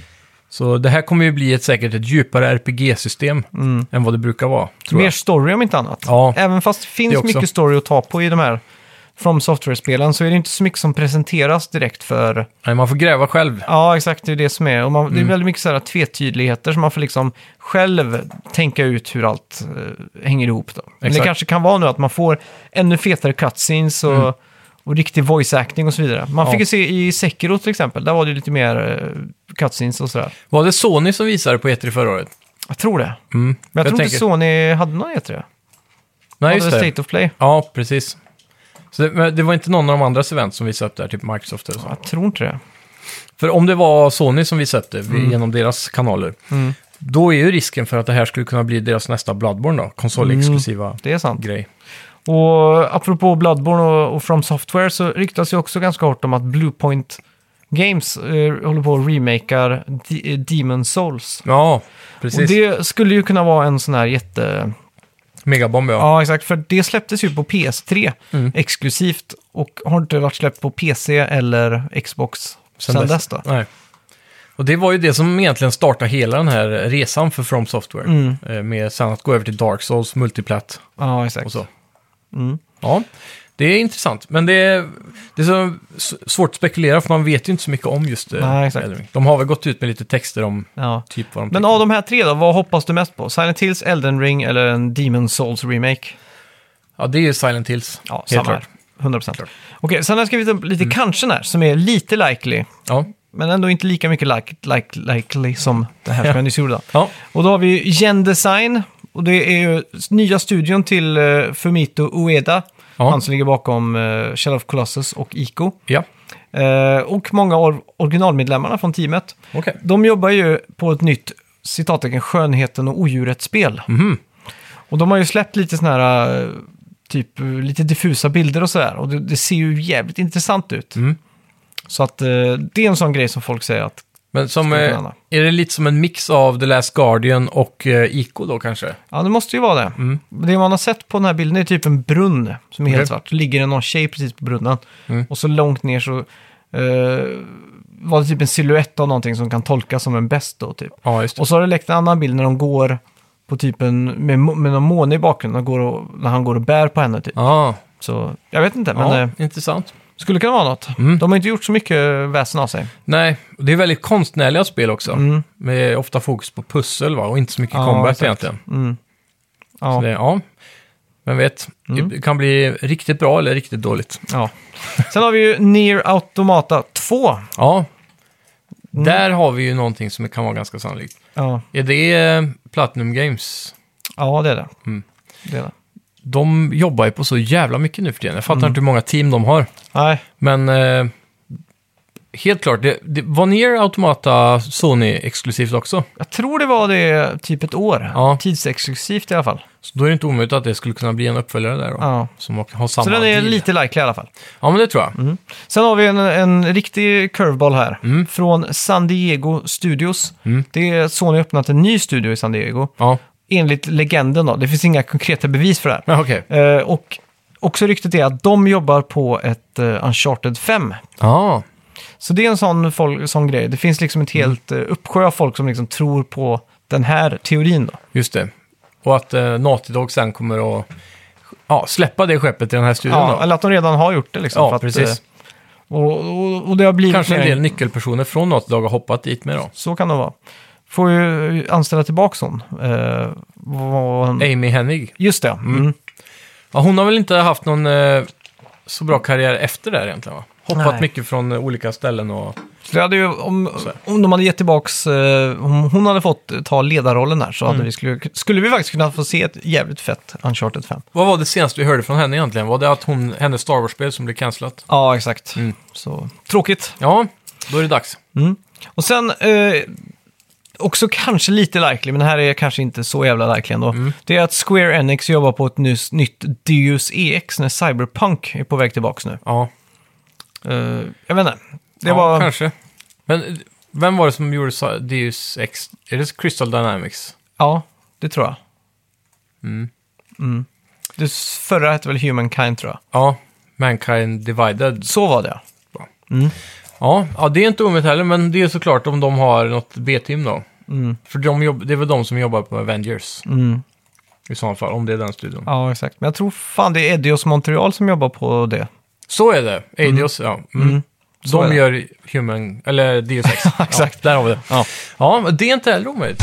Så det här kommer ju bli säkert ett djupare RPG-system än vad det brukar vara, tror Mer jag. story om inte annat. Ja. Även fast det Det finns också. mycket story att ta på i de här From Software-spelen så är det inte så mycket som presenteras direkt för... Nej, man får gräva själv. Ja, exakt, det är det som är. Och det är väldigt mycket så här tvetydigheter som man får liksom själv tänka ut hur allt hänger ihop då. Men det Exakt. kanske kan vara nu att man får ännu fetare cutscenes och riktig voice acting och så vidare. Man Ja. fick ju se i Sekiro till exempel, där var det ju lite mer cutscenes och sådär. Var det Sony som visade på E3 förra året? Jag tror det. Mm. Men jag tror tänker- inte Sony hade någon E3. Nej, Hade just det. State of Play. Ja, precis. Så det var inte någon av de andras event som visade upp där, typ Microsoft eller så. Jag tror inte det. För om det var Sony som visade upp det genom deras kanaler, då är ju risken för att det här skulle kunna bli deras nästa Bloodborne då, konsolexklusiva Det är sant. grej. Och apropå Bloodborne och From Software så ryktas ju också ganska hårt om att Bluepoint Games håller på att remakar Demon Souls. Ja, Och precis. det skulle ju kunna vara en sån här jätte... Megabomb, ja. Ja, exakt. För det släpptes ju på PS3 exklusivt och har inte varit släppt på PC eller Xbox sen dess då. Nej. Och det var ju det som egentligen startade hela den här resan för From Software. Med sen att gå över till Dark Souls, multiplat Ja, exakt. och så. Ja, det är intressant. Men det är så svårt att spekulera för man vet ju inte så mycket om just det. Nej, exakt. De har väl gått ut med lite texter om Ja. typ vad de Men tycker. av de här tre då, vad hoppas du mest på? Silent Hills, Elden Ring eller en Demon Souls remake? Ja, det är ju Silent Hills. Ja, helt samma klart. här. 100%. Okej, sen har jag skrivit upp lite kanske här som är lite likely. Ja. Men ändå inte lika mycket likely som det här som jag nyss gjorde. Då. Ja. Och då har vi Gen Design. Och det är ju nya studion till Fumito Ueda. Ja. Han som ligger bakom Shadow of Colossus och Ico. Ja, Och många av originalmedlemmarna från teamet. okej. De jobbar ju på ett nytt citattecken skönheten och odjuret-spel. Och de har ju släppt lite såna här typ lite diffusa bilder och sådär. Och det ser ju jävligt intressant ut. Så att det är en sån grej som folk säger att Men som, Skulle kunna vara. är det lite som en mix av The Last Guardian och Ico då kanske? ja, det måste ju vara det. Det man har sett på den här bilden är typ en brunn som är helt Okej. svart. Det ligger någon tjej precis på brunnen. Och så långt ner så var det typ en silhuett av någonting som kan tolkas som en bäst då typ. Ja, just det. Och så har det läckt en annan bild när de går på typ med någon måne i bakgrunden när han går och bär på henne typ. Ja, Så jag vet inte, men ja intressant. skulle kunna vara något. De har inte gjort så mycket väsen av sig. Nej, och det är väldigt konstnärliga spel också. Med ofta fokus på pussel va? Och inte så mycket Ja, combat exakt. egentligen. Ja, Så det, ja, vem vet. Det kan bli riktigt bra eller riktigt dåligt. ja. Sen har vi ju Nier Automata 2. Ja, där har vi ju någonting som kan vara ganska sannolikt. Ja, Är det Platinum Games? ja det är det. Det är det. De jobbar ju på så jävla mycket nu för tiden. Jag fattar inte hur många team de har. Nej, Men helt klart, var Nier Automata Sony-exklusivt också? jag tror det var det typ ett år. Ja. Tidsexklusivt i alla fall. Så då är det inte omöjligt att det skulle kunna bli en uppföljare där då. Ja. Som har samma Så den är deal. lite likely i alla fall. Ja, men det tror jag. Sen har vi en riktig curveball här. Från San Diego Studios. Det är Sony har öppnat en ny studio i San Diego. Ja, Enligt legenden då. Det finns inga konkreta bevis för det här. ja okej. Och också ryktet är att de jobbar på ett Uncharted 5. Ja, Så det är en sån grej. Det finns liksom ett helt uppsjö av folk som liksom tror på den här teorin då. Just det. Och att Naughty Dog sen kommer att släppa det skeppet i den här studion Ja, då. eller att de redan har gjort det liksom. Ja, för att, precis. Och det har blivit... Kanske en mer- del nyckelpersoner från Naughty Dog har hoppat dit med då. Så kan det vara. Får ju anställa tillbaka hon. Amy Hennig. Just det. Mm. Ja, hon har väl inte haft någon så bra karriär efter det här egentligen, va? Hoppat Nej. mycket från olika ställen och... Så det hade ju, om de hade gett tillbaks, om hon hade fått ta ledarrollen här så hade skulle vi faktiskt kunna få se ett jävligt fett Uncharted 5. Vad var det senaste vi hörde från henne egentligen? Var det att hennes Star Wars-spel som blev cancelat? Ja, exakt. Så tråkigt. Ja, då är det dags. Och sen, också kanske lite likely, men det här är kanske inte så jävla likely ändå. Det är att Square Enix jobbar på ett nytt Deus Ex när Cyberpunk är på väg tillbaks nu. Ja, Jag vet inte. Det ja var... kanske. Men vem var det som gjorde Deus Ex? Är det Crystal Dynamics? Ja, det tror jag. Det förra hette väl Humankind, tror jag. Ja, Mankind Divided. Så var det. Ja, det är inte omöjligt heller, men det är såklart om de har något B-team då. För det är väl de som jobbar på Avengers. I så fall, om det är den studion. Ja, exakt. Men jag tror fan det är Eidos Montreal som jobbar på det. Så är det. Eidos, ja. Så är De det. gör Human, eller Deus Ex. Exakt. Ja, där har vi det. Ja. Ja, men det är inte heller omöjligt.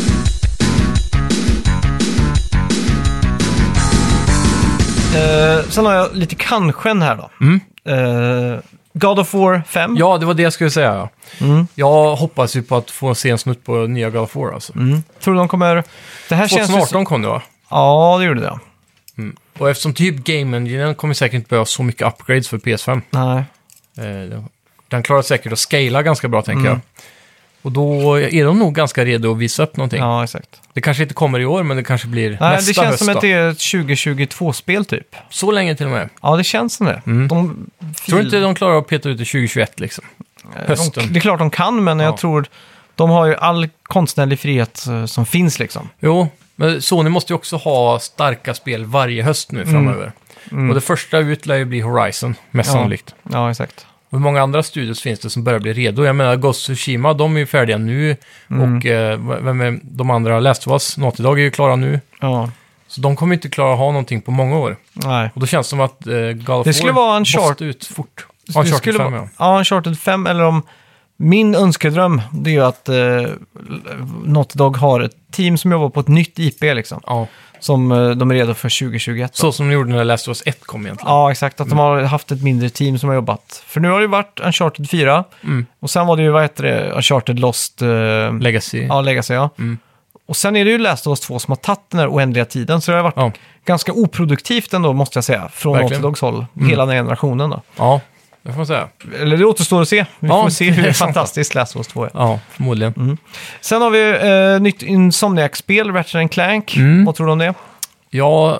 Sen har jag lite kanske här då. God of War 5. Ja, det var det jag skulle säga. Jag hoppas ju på att få se en snutt på nya God of War alltså. Tror du de kommer... Det här känns ju 2018 kom det, va? Ja, det gjorde det. Och eftersom typ Game Engine kommer säkert inte behöva så mycket upgrades för PS5. Nej. Den klarar säkert att scala ganska bra, tänker jag. Och då är de nog ganska redo att visa upp någonting. Ja, exakt. Det kanske inte kommer i år, men det kanske blir Nej, nästa det känns höst som då. att det är ett 2022-spel typ. Så länge till och med. Ja, det känns som det. Tror inte de klarar att peta ut det 2021 liksom? Hösten. Det är klart de kan, men jag tror... De har ju all konstnärlig frihet som finns liksom. Jo, men Sony måste ju också ha starka spel varje höst nu framöver. Och det första ut lär ju bli Horizon, mest sannolikt. Ja, exakt. Och hur många andra studios finns det som börjar bli redo? Jag menar, Ghost of Tsushima, de är ju färdiga nu. Och vem är de andra? Last of Us, Naughty Dog är ju klara nu. Ja, Så de kommer inte klara att ha någonting på många år. nej. Och då känns det som att God of Det skulle War vara måste ut fort. Det Uncharted skulle 5, vara, ja, Uncharted 5, eller om... Min önskedröm, det är ju att Naughty Dog har ett team som jobbar på ett nytt IP liksom. Ja, Som de är redo för 2021. Då. så som de gjorde när Last of Us 1 kom egentligen. Ja, exakt. Att de har haft ett mindre team som har jobbat. För nu har det ju varit Uncharted 4. Och sen var det ju, vad heter det, Uncharted Lost... Legacy. Ja, Legacy, ja. Och sen är det ju Last of Us 2 som har tagit den här oändliga tiden. Så det har varit ganska oproduktivt ändå, måste jag säga. Från Verkligen. Naughty Dogs håll. Hela den här generationen då. Ja, det får man säga. Eller det återstår att se. Vi Ja, får se det hur är sant. fantastiskt Last of Us 2 är. Ja, förmodligen. Sen har vi nytt Insomniac-spel, Ratchet & Clank. Vad tror du om det? Jag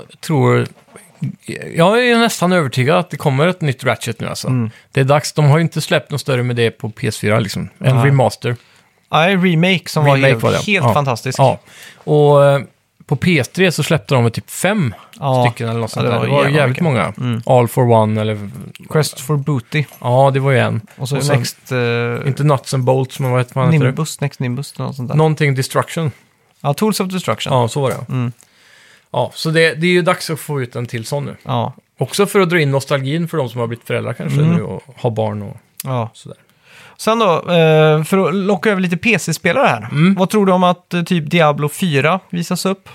är nästan övertygad att det kommer ett nytt Ratchet nu alltså. Det är dags. De har ju inte släppt något större med det på PS4 liksom. En Nej. remaster. Nej, remake som Remake var var det. helt Ja. fantastisk. Ja. Och på PS3 så släppte de typ 5 Ja. stycken eller något sånt Ja, det där. var Det var jävla jävligt mycket. många. All for One eller... Quest for Booty. Ja, det var ju en. Och så Och sen- Next Inte Nuts and Bolts, men vad heter man? Next Nimbus, eller något sånt där. Någonting Destruction. Ja, Tools of Destruction. Ja, så var det. Ja, så det är ju dags att få ut en till sån nu. Ja. Också för att dra in nostalgin för de som har blivit föräldrar kanske nu och har barn och Ja. sådär. Sen då, för att locka över lite PC-spelare här. Vad tror du om att typ Diablo 4 visas upp?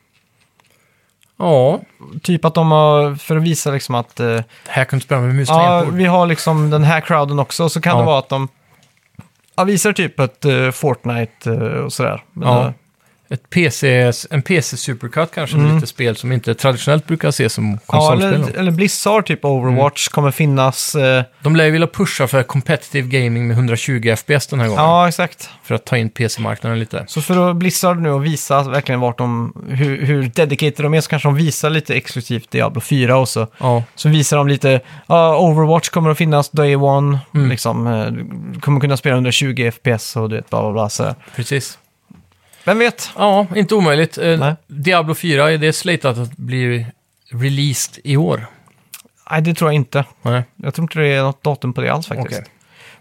Ja, Typ att de har, för att visa liksom att här kan du spela med mus och ja, tangentbord. vi har liksom den här crowden också. Så kan det vara att de visar typ ett Fortnite och sådär. Men, Ja. En PC-supercut kanske, med lite spel som inte traditionellt brukar ses som ja, konsolspel. eller Blizzard, typ Overwatch, kommer finnas. De lär ju vilja pusha för competitive gaming med 120 FPS den här gången. Ja, exakt. För att ta in PC-marknaden lite. Så för att Blizzard nu och visa verkligen hur dedicated de är, så kanske de visar lite exklusivt Diablo 4 och så. Ja, Så visar de lite, Overwatch kommer att finnas day one, liksom, du kommer kunna spela 120 FPS och du vet, bla bla bla. Så. precis. Vem vet? Ja, inte omöjligt. Nej. Diablo 4, är det slatat att bli released i år? Nej, det tror jag inte. Nej. Jag tror inte det är något datum på det alls faktiskt. Okej.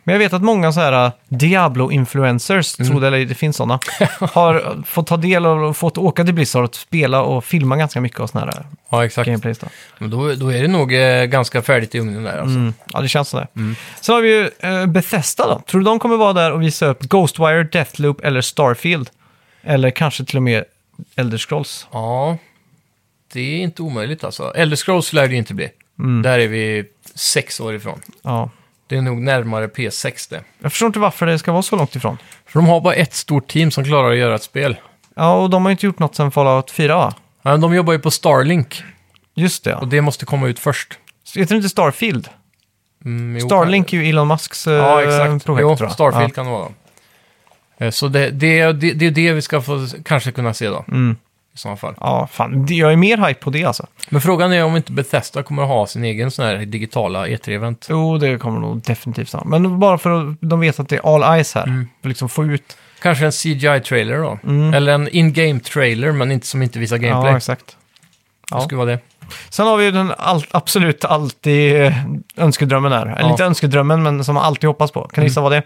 Men jag vet att många så här Diablo-influencers, tror det eller det finns sådana, har fått ta del av och fått åka till Blizzard och spela och filma ganska mycket av sådana här Ja, exakt. gameplays då. Men då är det nog ganska färdigt i ugnen där alltså. Ja, det känns sådär. Sen har vi ju Bethesda då. Tror du de kommer vara där och visa upp Ghostwire, Deathloop eller Starfield? Eller kanske till och med Elder Scrolls? Ja, det är inte omöjligt alltså. Elder Scrolls lär det ju inte bli. Där är vi 6 år ifrån. Ja. Det är nog närmare PS6 det. Jag förstår inte varför det ska vara så långt ifrån. För de har bara ett stort team som klarar att göra ett spel. Ja, och de har inte gjort något sedan Fallout 4 va? Men de jobbar ju på Starlink Just det, och ja. det måste komma ut först. Heter det inte Starfield? Jo, Starlink är ju Elon Musks ja, exakt. projekt Jo, tror jag. Starfield kan det vara. Så det är det vi ska få kanske kunna se då. I sådana fall. Ja, fan. Jag är mer hype på det alltså. Men frågan är om inte Bethesda kommer att ha sin egen sån här digitala E3-event. Jo, det kommer nog definitivt så. Men bara för att de vet att det är all eyes här. För liksom få ut... Kanske en CGI-trailer då. Eller en in-game-trailer, men inte, som inte visar gameplay. Ja, exakt. Det skulle vara det. Sen har vi ju den absolut alltid önskedrömmen här. Eller inte önskedrömmen, men som man alltid hoppas på. Kan du gissa vad det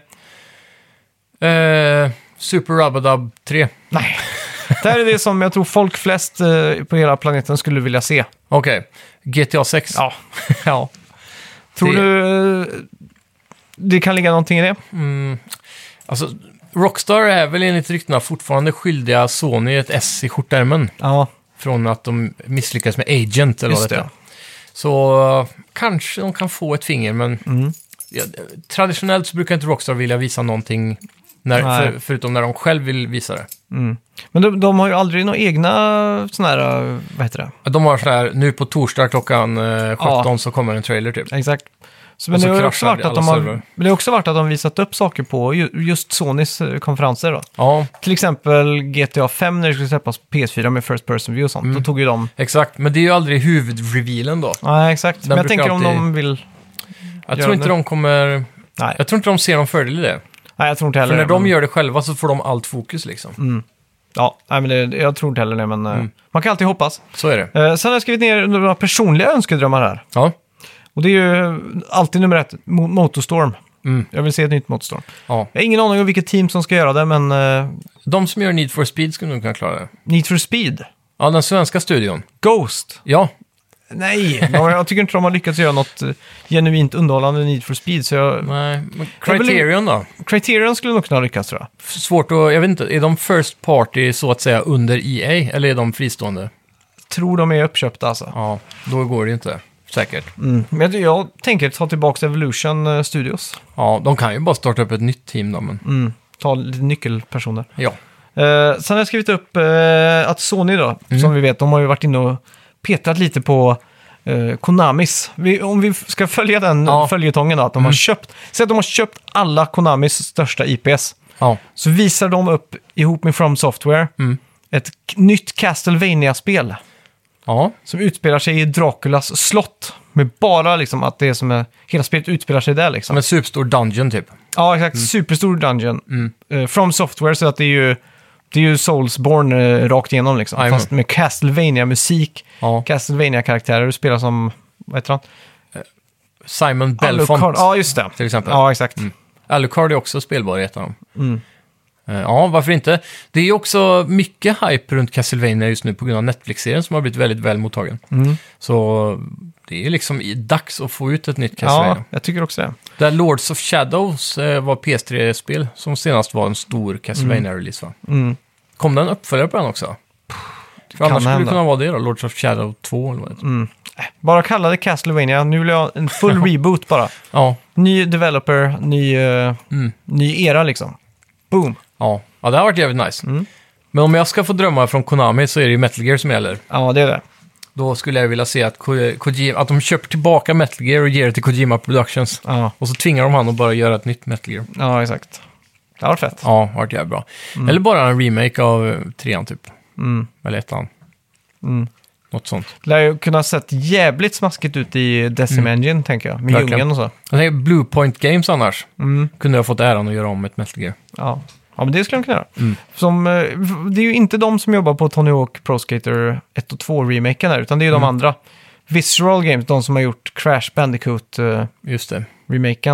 är? Super Rub-a-Dub 3. Nej. Det här är det som jag tror folk flest på hela planeten skulle vilja se. Okej. GTA 6. Ja. Ja. Tror du det kan ligga någonting i det? Alltså, Rockstar är väl enligt ryktena fortfarande skyldiga Sony ett S i skjortärmen. Ja, Från att de misslyckades med Agent eller vad just det det. är. Så kanske de kan få ett finger, men ja, traditionellt så brukar inte Rockstar vilja visa någonting Nej. förutom när de själv vill visa det. Men de har ju aldrig några egna sådana här, vad heter det? De har så här, nu på torsdag klockan 17 så kommer en trailer typ. Exakt. Så, Och men så det har ju kraschar också varit att alla de har, servrar. men det har också varit att de visat upp saker på just Sonys konferenser då. Ja, Till exempel GTA 5 när det skulle släppas på PS4 med First Person View och sånt. Då tog ju de... exakt. Men det är ju aldrig huvudrevealen då. Nej, exakt. Men jag brukar tänker om alltid- de vill... Jag Gör tror inte det. de kommer... Nej. Jag tror inte de ser någon fördel i det. Nej, jag tror inte heller För när det, de men- gör det själva så får de allt fokus liksom. Ja, nej, men jag tror inte heller det, men man kan alltid hoppas. Så är det. Sen har jag skrivit ner några personliga önskedrömmar här. Ja. Och det är ju alltid nummer 1, Motorstorm. Jag vill se ett nytt Motorstorm. Ja. Jag har ingen aning om vilket team som ska göra det, men De som gör Need for Speed skulle nog kunna klara det. Need for Speed, Ja, den svenska studion. Ghost. Ja, Nej, jag tycker inte de har lyckats göra något genuint underhållande Need for Speed. Så nej. Men Criterion då? Criterion skulle nog kunna lyckas tror jag. Svårt att... Jag vet inte, är de first party så att säga under EA? Eller är de fristående? Tror de är uppköpta alltså. Ja, då går det inte. Säkert. Men jag tänker ta tillbaka Evolution Studios. Ja, de kan ju bara starta upp ett nytt team då, men... Ta lite nyckelpersoner. Ja. Sen har jag skrivit upp att Sony då, som vi vet, de har ju varit inne och petat lite på Konamis. Om vi ska följa den följetongen då, att de har köpt, säg att de har köpt alla Konamis största IPs. Ja. Så visar de upp ihop med From Software ett nytt Castlevania-spel Ja. som utspelar sig i Draculas slott. Med bara liksom att det är som är, hela spelet utspelar sig där liksom. Som en superstor dungeon typ. Ja, exakt. Superstor dungeon. From Software, så att det är ju Soulsborne rakt igenom liksom. Jajamän. Fast med Castlevania-musik, Ja. Castlevania-karaktärer. Du spelar som, vad heter han? Simon Belfont Alucard. Ja, just det. till exempel. Ja, exakt. Alucard är också spelbar i ett av dem. Ja, varför inte? Det är ju också mycket hype runt Castlevania just nu på grund av Netflix-serien som har blivit väldigt väl mottagen. Så det är liksom dags att få ut ett nytt Castlevania. Ja, jag tycker också det. Där Lords of Shadows var PS3-spel som senast var en stor Castlevania-release va? Kom det en uppföljare på den också? För annars skulle det hända. kunna vara det då, Lords of Shadow 2 eller vad det heter. Bara kalla det Castlevania. Nu vill jag ha en full reboot bara. Ja, Ny developer, ny era liksom. Boom. ja, det har varit jävligt nice. Men om jag ska få drömma från Konami så är det ju Metal Gear som gäller. Ja, det är det. Då skulle jag vilja se att, att de köper tillbaka Metal Gear och ger det till Kojima Productions. Ja, Och så tvingar de han att bara göra ett nytt Metal Gear. ja exakt. Det har varit fett. Ja, det har varit jävligt bra. Eller bara en remake av 3an typ. Eller 1an. Något sånt. Det lär ju kunna sett jävligt smaskigt ut i Decim Engine, tänker jag. Med Verkligen. djungeln och så. Jag tänker Blue Point Games annars. Kunde jag fått äran att göra om ett Metal Gear. Ja. Ja, men det skulle de kunna göra. Det är ju inte de som jobbar på Tony Hawk Pro Skater 1 och 2-remaken här, utan det är de andra. Visceral Games, de som har gjort Crash Bandicoot-remaken. Just det.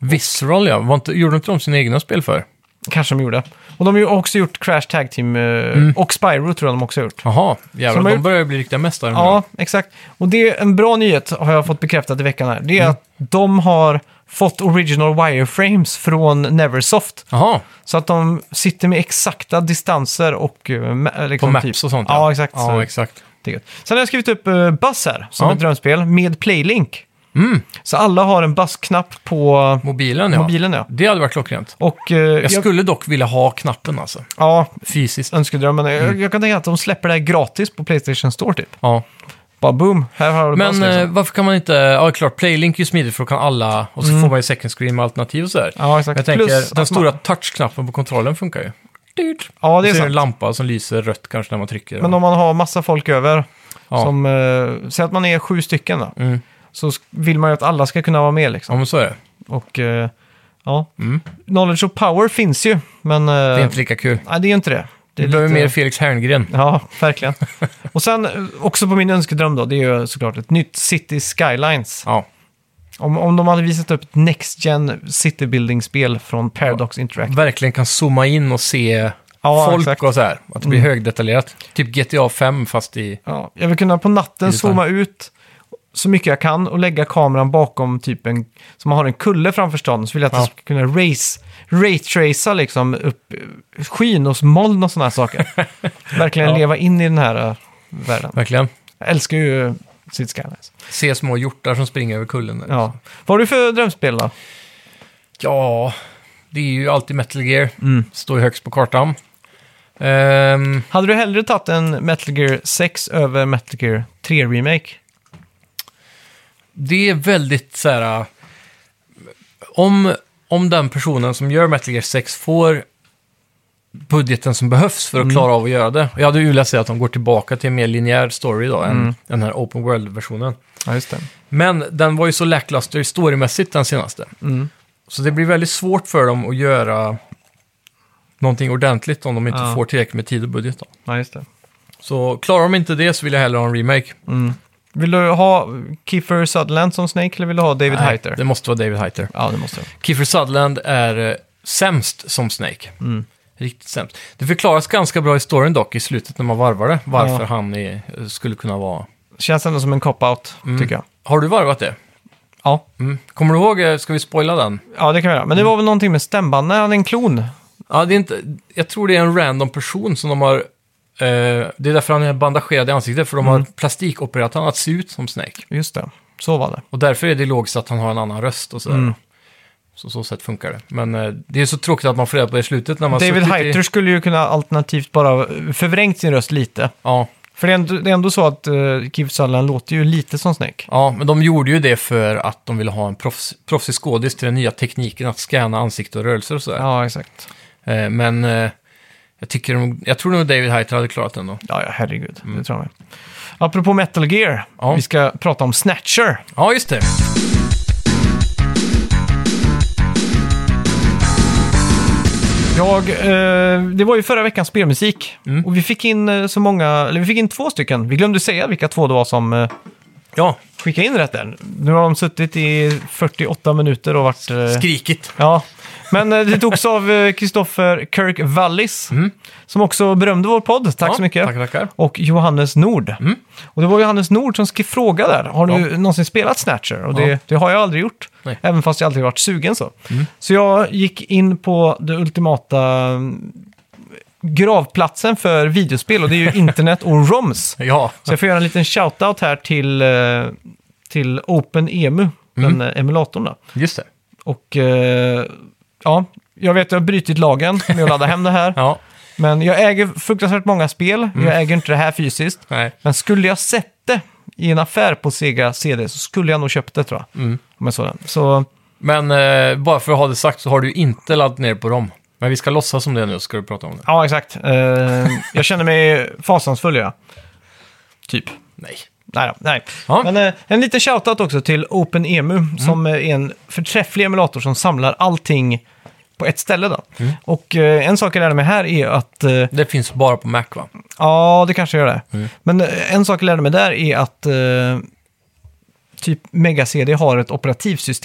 Visceral, ja. Gjorde inte de sina egna spel för? Kanske de gjorde. Och de har ju också gjort Crash Tag Team och Spyro tror jag de också har gjort. Jaha, jävlar, de börjar bli riktiga mästare nu. Ja, exakt. Och det är en bra nyhet har jag fått bekräftat i veckan här. Det är att de har fått original wireframes från Neversoft. Jaha, Så att de sitter med exakta distanser och liksom på maps och sånt. Ja, exakt. Ja, Så exakt. det är gött. Sen har jag skrivit upp Buzz här som Ja. ett drömspel med Playlink. Så alla har en Buzz-knapp på Mobilen, ja. mobilen. Ja. Det hade varit klockrent. Och Jag skulle dock vilja ha knappen alltså. ja, Fysiskt. önskedrömmen. Jag kan tänka att de släpper det här gratis på PlayStation Store typ. Ja. Bara boom, här har du Men Buzz liksom. varför kan man inte... Ja, klart, Playlink är ju smidigt för då kan alla... Och så får man ju second screen med alternativ och så där. Ja, exakt. Jag tänker, Plus den att stora man- touchknappen på kontrollen funkar ju. Ja, det är så är det en sant. lampa som lyser rött kanske när man trycker. Men om man har massa folk över, Ja. som, säg att man är 7 stycken då, så vill man ju att alla ska kunna vara med liksom. Ja, men så är det. Och ja, knowledge of power finns ju, men Det är inte lika kul. nej, det är ju inte det. Det Det är behöver lite- mer Felix Herngren. Ja, verkligen. Och sen också på min önskedröm då, det är ju såklart ett nytt City Skylines. Ja. Om de hade visat upp ett Next Gen City Building-spel från Paradox Interactive. Verkligen kan zooma in och se Ja, folk exakt. och så här. Att det blir högdetaljerat. Typ GTA 5 fast i... Ja, jag vill kunna på natten Lite zooma ut så mycket jag kan och lägga kameran bakom typ en... Så man har en kulle framför stan, så vill jag att jag ska kunna raytracea liksom upp skyn och moln och sådana här saker. Verkligen Ja. leva in i den här världen. Verkligen. Jag älskar ju City Skylines. Se små hjortar som springer över kullen. Där. Ja. Vad har du för drömspel då? Ja, det är ju alltid Metal Gear. Står ju högst på kartan. Hade du hellre tagit en Metal Gear 6 över Metal Gear 3 Remake? Det är väldigt så här... Om den personen som gör Metal Gear 6 får budgeten som behövs för att klara av att göra det. Jag hade ju velat säga att de går tillbaka till en mer linjär story då, än den här open world-versionen. Ja, just det. Men den var ju så lackluster storymässigt den senaste. Så det blir väldigt svårt för dem att göra någonting ordentligt om de inte får tillräckligt med tid och budget. Då. Ja, just det. Så klarar de inte det så vill jag hellre ha en remake. Vill du ha Kiefer Sutherland som Snake eller vill du ha David Hayter? Det måste vara David Hayter. Ja, det måste jag. Kiefer Sutherland är sämst som Snake. Riktigt sämst. Det förklaras ganska bra i storyn dock i slutet när man varvar det. Varför han skulle kunna vara... Känns ändå som en cop-out, tycker jag. Har du varvat det? Ja. Kommer du ihåg, ska vi spoila den? Ja, det kan vi göra. Men det var väl någonting med stämband. Nej, han är en klon. Ja, det är inte... Jag tror det är en random person som de har... det är därför han är bandagerad i ansiktet, för de har plastikopererat han att se ut som Snake. Just det. Så var det. Och därför är det logiskt att han har en annan röst och sådär. Så sätt funkar det. Men det är så tråkigt att man får reda på det i slutet. När man David suttit Hayter skulle ju kunna alternativt bara förvrängt sin röst lite. Ja. För det är ändå så att Kiefer Sutherland låter ju lite som Snake. Ja, men de gjorde ju det för att de ville ha en proffsig skådis till den nya tekniken att scanna ansikte och rörelser och sådär. Ja, exakt. Men jag tror nog David Hayter hade klarat den då. Ja, herregud. Det tror jag med. Apropå Metal Gear. Ja. Vi ska prata om Snatcher. Ja, just det. Det var ju förra veckans spelmusik. Och vi fick in så många, eller vi fick in 2 stycken. Vi glömde säga vilka 2 det var som Ja, skickade in rätt där. Nu har de suttit i 48 minuter och varit... skrikigt. Ja, men det togs av Christopher Kirk Wallis, som också berömde vår podd. Tack Ja, så mycket. tackar. Och Johannes Nord. Och det var Johannes Nord som skrev fråga där. Har du någonsin spelat Snatcher? Och det har jag aldrig gjort. Nej. Även fast jag alltid varit sugen så. Så jag gick in på det ultimata gravplatsen för videospel. Och det är ju internet och ROMs. Ja, Så jag får göra en liten shoutout här till OpenEMU, den emulatorn då. just det. Och ja, jag vet att jag har brutit lagen med att ladda hem det här. Ja, Men jag äger fruktansvärt många spel. Jag äger inte det här fysiskt. nej. Men skulle jag sett det i en affär på Sega CD så skulle jag nog köpt det, tror jag. Om jag såg den. Så Men bara för att ha det sagt så har du inte laddat ner på dem. Men vi ska låtsas om det nu, så ska du prata om det. ja, exakt. Jag känner mig fasansfull, ja. Typ. Nej. Nej. Ja. Men en liten shoutout också till OpenEMU som är en förträfflig emulator som samlar allting på ett ställe då. Och en sak jag lärde mig här är att... Det finns bara på Mac, va? ja, det kanske gör det. Men en sak jag lärde mig där är att typ Mega CD har ett operativsystem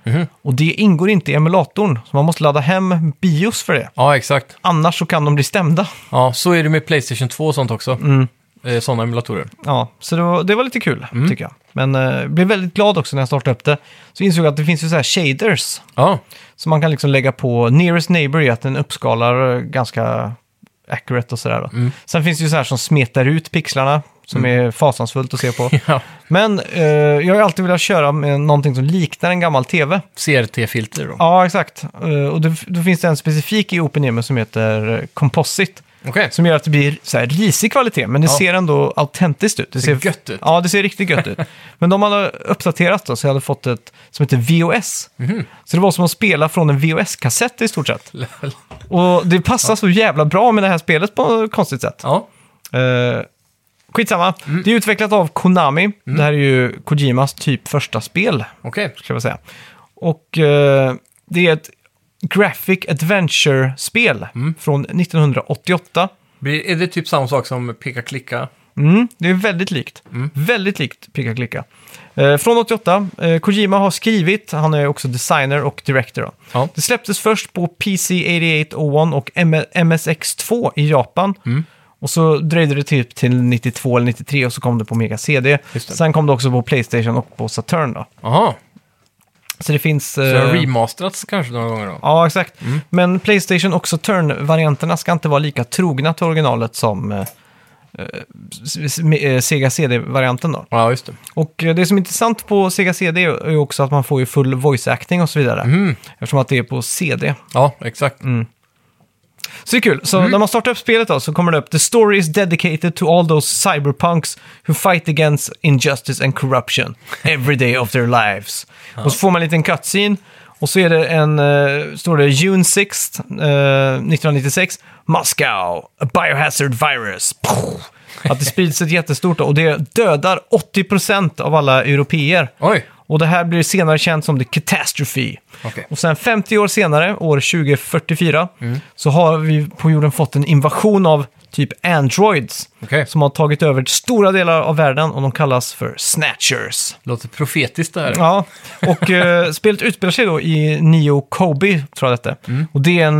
Och det ingår inte i emulatorn, så man måste ladda hem BIOS för det. Ja, exakt. Annars så kan de bli stämda. Ja, så är det med PlayStation 2 och sånt också. Sådana emulatorer. Ja, så det var lite kul, tycker jag. Men blev väldigt glad också när jag startade upp det. Så insåg jag att det finns ju så här shaders. Ja, Så man kan liksom lägga på nearest neighbor i att den uppskalar ganska accurate och sådär då. Sen finns det ju så här som smetar ut pixlarna, som är fasansfullt att se på. ja. Men jag har ju alltid velat köra med någonting som liknar en gammal tv. CRT-filter då. Ja, exakt. Och då finns det en specifik i OpenEMU som heter Composite. Okej. Som gör att det blir så här risig kvalitet, men det ser ändå autentiskt ut. Det ser gött ut. Ja, det ser riktigt gött ut. Men de hade uppdaterat då, så jag hade fått ett som heter VOS. Så det var som att spela från en VHS-kassett i stort sett. Och det passar så jävla bra med det här spelet på ett konstigt sätt. Ja. Skitsamma. Det är utvecklat av Konami. Det här är ju Kojimas typ första spel, Okej. ska jag säga. Och det är ett graphic adventure-spel från 1988. Är det typ samma sak som peka-klicka? Det är väldigt likt. Väldigt likt peka-klicka. Från 88. Kojima har skrivit, han är också designer och director. Då. Ja. Det släpptes först på PC 8801 och MSX2 i Japan. Och så dröjde det typ till 92 eller 93 och så kom det på Mega CD. Sen kom det också på PlayStation och på Saturn då. Aha. Så det finns... Så det har remasterats kanske några gånger då? Ja, exakt. Men PlayStation och Saturn-varianterna ska inte vara lika trogna till originalet som Sega CD-varianten då. Ja, just det. Och det som är intressant på Sega CD är ju också att man får ju full voice-acting och så vidare. Eftersom att det är på CD. Ja, exakt. Så det är kul. Så när man startar upp spelet då så kommer det upp: The story is dedicated to all those cyberpunks who fight against injustice and corruption every day of their lives. Och så får man en liten cutscene. Och så är det står det June 6th, 1996, Moscow, a biohazard virus. Att det sprids ett jättestort och det dödar 80% av alla europeer. Oj. Och det här blir senare känt som The Catastrophe. Okay. Och sen 50 år senare, år 2044, så har vi på jorden fått en invasion av typ androids. Okay. Som har tagit över stora delar av världen och de kallas för Snatchers. Låter profetiskt det här. Ja, och spelet utspelar sig då i Neo Kobe, tror jag detta. Och det är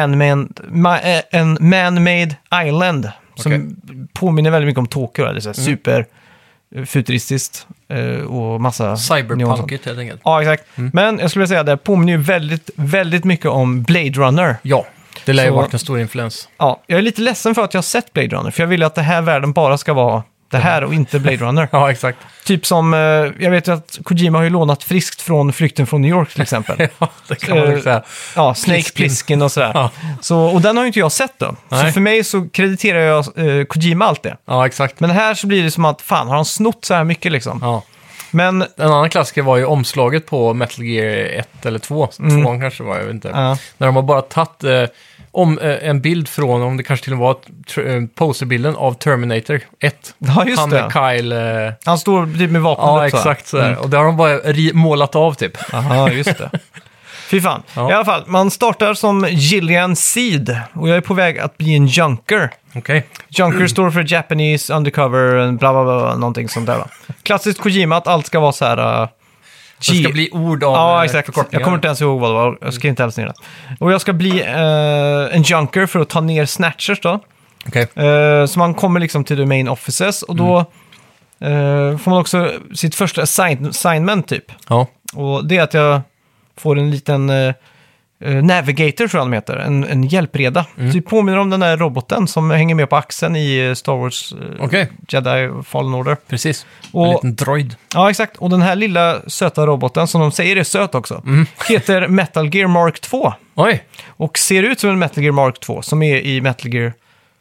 en man-made island som påminner väldigt mycket om Tokyo, eller så här, superfuturistiskt och massa... Cyberpunkigt helt enkelt. Ja, exakt. Men jag skulle vilja säga att det påminner ju väldigt, väldigt mycket om Blade Runner. Ja, det lär ju Så- varit en stor influens. Ja, jag är lite ledsen för att jag har sett Blade Runner, för jag vill att det här världen bara ska vara det här och inte Blade Runner. Ja, exakt. Typ som, jag vet ju att Kojima har ju lånat friskt från Flykten från New York till exempel. Ja, det kan man väl säga. Ja, Snake Plissken och sådär. Ja. Så, och den har ju inte jag sett då. Så Nej. för mig så krediterar jag Kojima allt det. Ja, exakt. Men här så blir det som att, fan, har han snott så här mycket liksom? Ja. Men, En annan klassiker var ju omslaget på Metal Gear 1 eller 2. 2 kanske var, jag vet inte. ja. När de har bara tagit en bild från, om det kanske till och med var posterbilden av Terminator 1. Ja, just Han det. med Kyle... Han står typ med vapnet ja, upp så här. exakt sådär. Och det har de bara målat av typ. Aha, just det. Fy fan. Ja. I alla fall, man startar som Gillian Seed och jag är på väg att bli en junker. Okej. Junker står för Japanese Undercover, bla bla bla, någonting sånt där va. Klassiskt Kojima att allt ska vara så här... Det ska bli ord av Ja, exakt. förkortningar. Jag kommer inte ens ihåg vad det var. Jag ska inte alls ner det. Och jag ska bli en junker för att ta ner Snatchers då. Okej. Så man kommer liksom till the main offices och då får man också sitt första assignment typ. Ja. Och det är att jag får en liten navigator, tror jag de heter. En hjälpreda. Så det påminner om den där roboten som hänger med på axeln i Star Wars Okej. Jedi Fallen Order. Precis. Och- En liten droid. Ja, exakt. Och den här lilla söta roboten, som de säger är söt också, heter Metal Gear Mark 2. Oj. Och ser ut som en Metal Gear Mark 2, som är i Metal Gear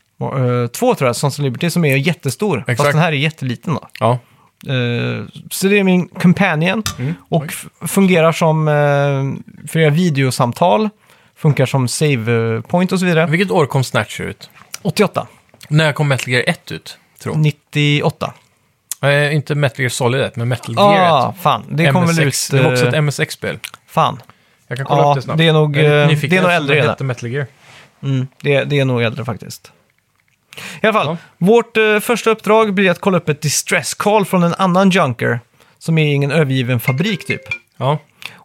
2 tror jag, Sons of Liberty, som är jättestor. Exakt. Fast den här är jätteliten då. Ja. Så det är min companion och fungerar som för att göra videosamtal, funkar som save point och så vidare. Vilket år kom Snatcher ut? 88, När kom Metal Gear 1 ut? Tror jag. 98. Inte Metal Gear Solid 1, men Metal Gear 1. Fan, det kom väl ut... MSX. Det var också ett MSX-spel. Fan, Jag kan kolla upp det snabbt. det är nog, Jag det nyfiken är nog eftersom äldre det redan. hette Metal Gear. Det är nog äldre faktiskt. I alla fall, Ja. vårt första uppdrag blir att kolla upp ett distress call från en annan junker som är i en övergiven fabrik typ. Ja.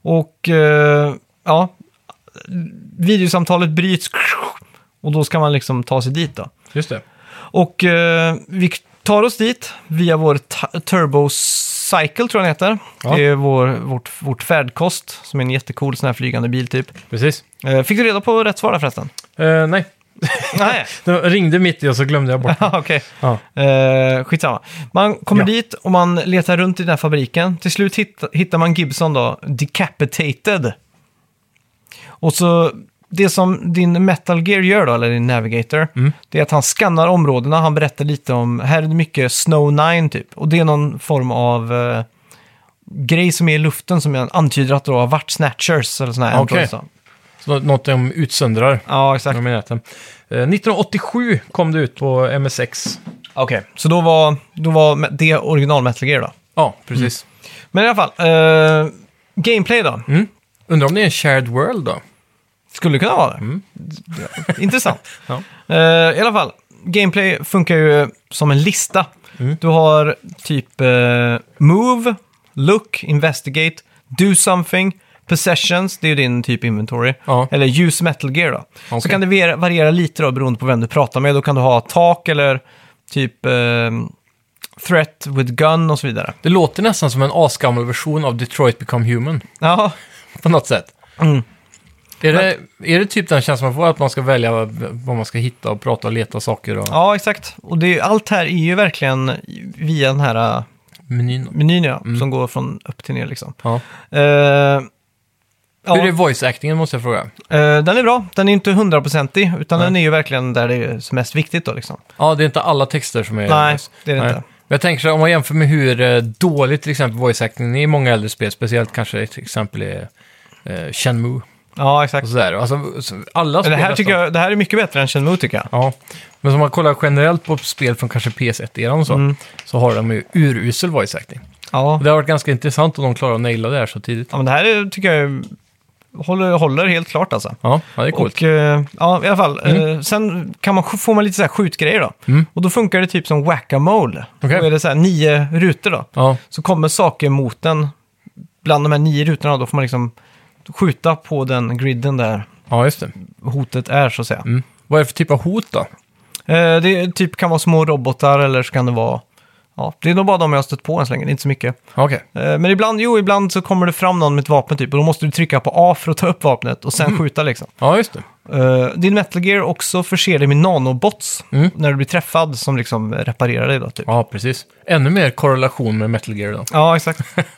Och ja, videosamtalet bryts och då ska man liksom ta sig dit då. Just det. Och vi tar oss dit via vår Turbo Cycle, tror jag den heter. Ja. Det är vårt färdkost, som är en jättecool sån här flygande bil typ. Precis. Fick du reda på rätt svar där förresten? Nej. Nej. Det ringde mitt i och så glömde jag bort. Okej. Ja. Skitsamma. Man kommer dit och man letar runt i den här fabriken. Till slut hittar man Gibson då, decapitated. Och så, det som din Metal Gear gör då, eller din Navigator, det är att han skannar områdena. Han berättar lite om, här är det mycket Snow 9 typ. Och det är någon form av grej som är i luften som antyder att det har varit Snatchers eller sådana här. Okej. Så något de utsöndrar. Ja, exakt. 1987 kom det ut på MSX. Okej, så då var det original Metal Gear då. Ja, precis. Men i alla fall, gameplay då. Undrar om det är en shared world då? Skulle kunna vara det. Intressant. Ja. I alla fall, gameplay funkar ju som en lista. Du har typ move, look, investigate, do something, possessions, det är ju din typ inventory. Ja. Eller use Metal Gear då. Så Okej. kan det variera lite då beroende på vem du pratar med. Då kan du ha talk eller typ threat with gun och så vidare. Det låter nästan som en asgammal version av Detroit Become Human. Ja, På något sätt. Är det typ den känslan man får, att man ska välja vad man ska hitta och prata och leta saker? Och... ja, exakt. Och allt här är ju verkligen via den här menyn som går från upp till ner liksom. Ja. Ja. Hur är voice-actingen, måste jag fråga? Den är bra. Den är inte 100%, utan den är ju verkligen där det är som mest viktigt då liksom. Ja, det är inte alla texter som är... Nej, det är det inte. Men jag tänker så, om man jämför med hur dåligt till exempel voice-actingen är i många äldre spel, speciellt kanske till exempel är Shenmue Ja, exakt. och sådär. Alltså, alla spel Det här, nästan. det här är mycket bättre än Shenmue tycker jag. Ja, men om man kollar generellt på spel från kanske PS1-eran och så har de ju urusel voice-acting. Ja. Och det har varit ganska intressant om de klarar att naila det här så tidigt. Ja, men det här tycker jag håller helt klart alltså. Ja, det är coolt. Och ja, i alla fall. Sen får man lite så här skjutgrejer då. Och då funkar det typ som whack-a-mole. Okej. Då är det så här 9 rutor då. Ja, Så kommer saker mot den. Bland de här 9 rutorna då får man liksom skjuta på den griden där ja, just det. hotet är så att säga. Vad är det för typ av hot då? Det typ kan vara små robotar eller så kan det vara... Ja, det är nog bara de jag har stött på än så länge, det är inte så mycket. Okej. Men ibland så kommer det fram någon med ett vapen typ och då måste du trycka på A för att ta upp vapnet och sen skjuta liksom. Ja, just det. Din Metal Gear också förser dig med nanobots när du blir träffad som liksom reparerar dig då typ. Ja, precis. Ännu mer korrelation med Metal Gear då. Ja, exakt.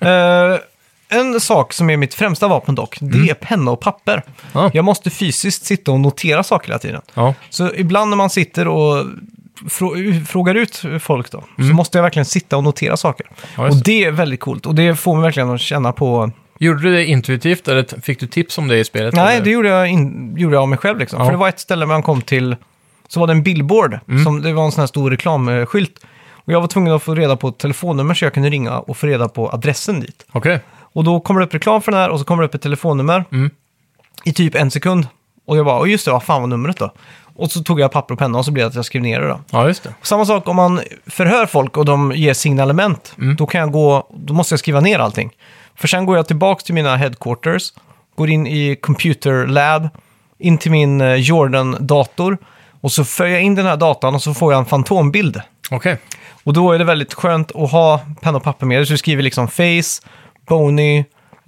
En sak som är mitt främsta vapen dock, det är penna och papper. Ja. Jag måste fysiskt sitta och notera saker hela tiden. Ja, Så ibland när man sitter och frågar ut folk då, så måste jag verkligen sitta och notera saker. Ja, Och det är väldigt coolt. Och det får mig verkligen att känna på... gjorde du det intuitivt eller fick du tips om det i spelet? Nej, eller? det gjorde jag av mig själv liksom. Ja. För det var ett ställe man kom till, så var det en billboard. Det var en sån här stor reklamskylt. Och jag var tvungen att få reda på ett telefonnummer så jag kunde ringa och få reda på adressen dit. Okej. Och då kommer det upp reklam för den här och så kommer det upp ett telefonnummer i typ 1 sekund. Och jag bara, just det, vad fan var numret då? Och så tog jag papper och penna och så blev det att jag skrev ner det då. Ja, just det. Samma sak om man förhör folk och de ger signalement. Då måste jag skriva ner allting. För sen går jag tillbaka till mina headquarters, går in i computer lab, in till min Jordan-dator och så för jag in den här datan och så får jag en fantombild. Okej. Och då är det väldigt skönt att ha penna och papper med. Så du skriver liksom face, bony,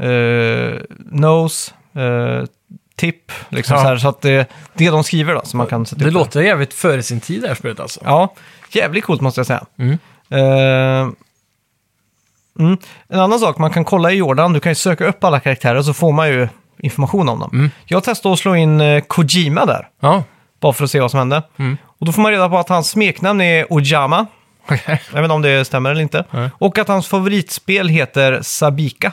nose, tip, liksom Ja. så här. Så att det är de skriver då, så man kan sätta Det upp låter jävligt före sin tid det här spelet alltså. Ja, jävligt coolt måste jag säga. En annan sak, man kan kolla i Jordan, du kan ju söka upp alla karaktärer så får man ju information om dem. Jag testade att slå in Kojima där, Ja. bara för att se vad som hände. Och då får man reda på att hans smeknamn är Ojama, Okej. jag vet inte om det stämmer eller inte. Nej. Och att hans favoritspel heter Sabika.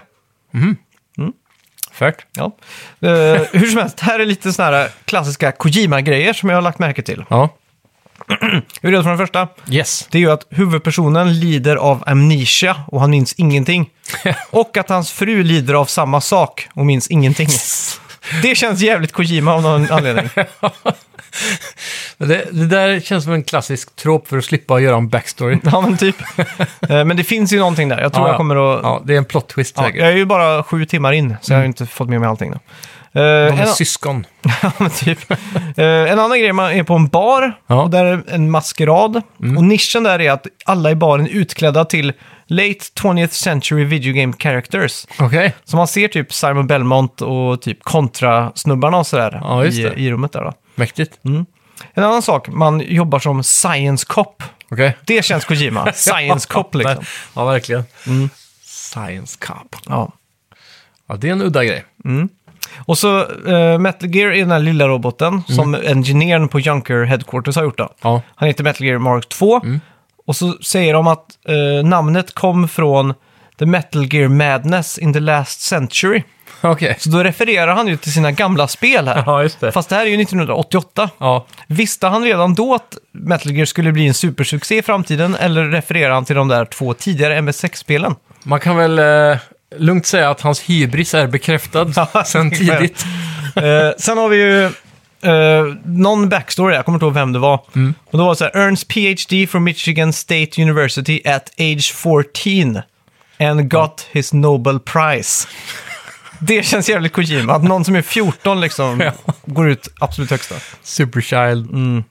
Färt. Ja. Hur som helst, här är lite sådana här klassiska Kojima-grejer som jag har lagt märke till. Ja. Är du redo för den första? Yes. Det är ju att huvudpersonen lider av amnesia och han minns ingenting. Och att hans fru lider av samma sak och minns ingenting. Det känns jävligt Kojima av någon anledning. Det där känns som en klassisk trop för att slippa göra en backstory. Ja, men typ. Men det finns ju någonting där. Jag tror jag kommer att... Ja, det är en plot twist säkert. jag är ju bara 7 timmar in, så jag har ju inte fått med mig allting. Då. De är syskon. Ja, men typ. En annan grej, man är på en bar och där är en maskerad. Och nischen där är att alla i baren är utklädda till late 20th century video game characters. Okej. Så man ser typ Simon Belmont och typ kontrasnubbarna och sådär i rummet där då. Mäktigt. En annan sak, man jobbar som science cop. Okej. Det känns Kojima. Science cop liksom. Ja, verkligen. Science cop. Ja. Ja, det är en udda grej. Och så Metal Gear är den här lilla roboten som engineern på Junker Headquarters har gjort då. Ja. Han heter Metal Gear Mark 2. Och så säger de att namnet kom från The Metal Gear Madness in the Last Century. Okej. Så då refererar han ju till sina gamla spel här. Ja, just det. Fast det här är ju 1988. Ja. Visste han redan då att Metal Gear skulle bli en supersuccé i framtiden? Eller refererar han till de där 2 tidigare MS6-spelen? Man kan väl lugnt säga att hans hybris är bekräftad sen tidigt. Sen har vi ju någon backstory, jag kommer inte ihåg vem det var. Och då var det så här, earns PhD from Michigan State University at age 14 and got his Nobel Prize. Det känns jävligt Kojima, att någon som är 14 liksom går ut absolut högsta. Superchild.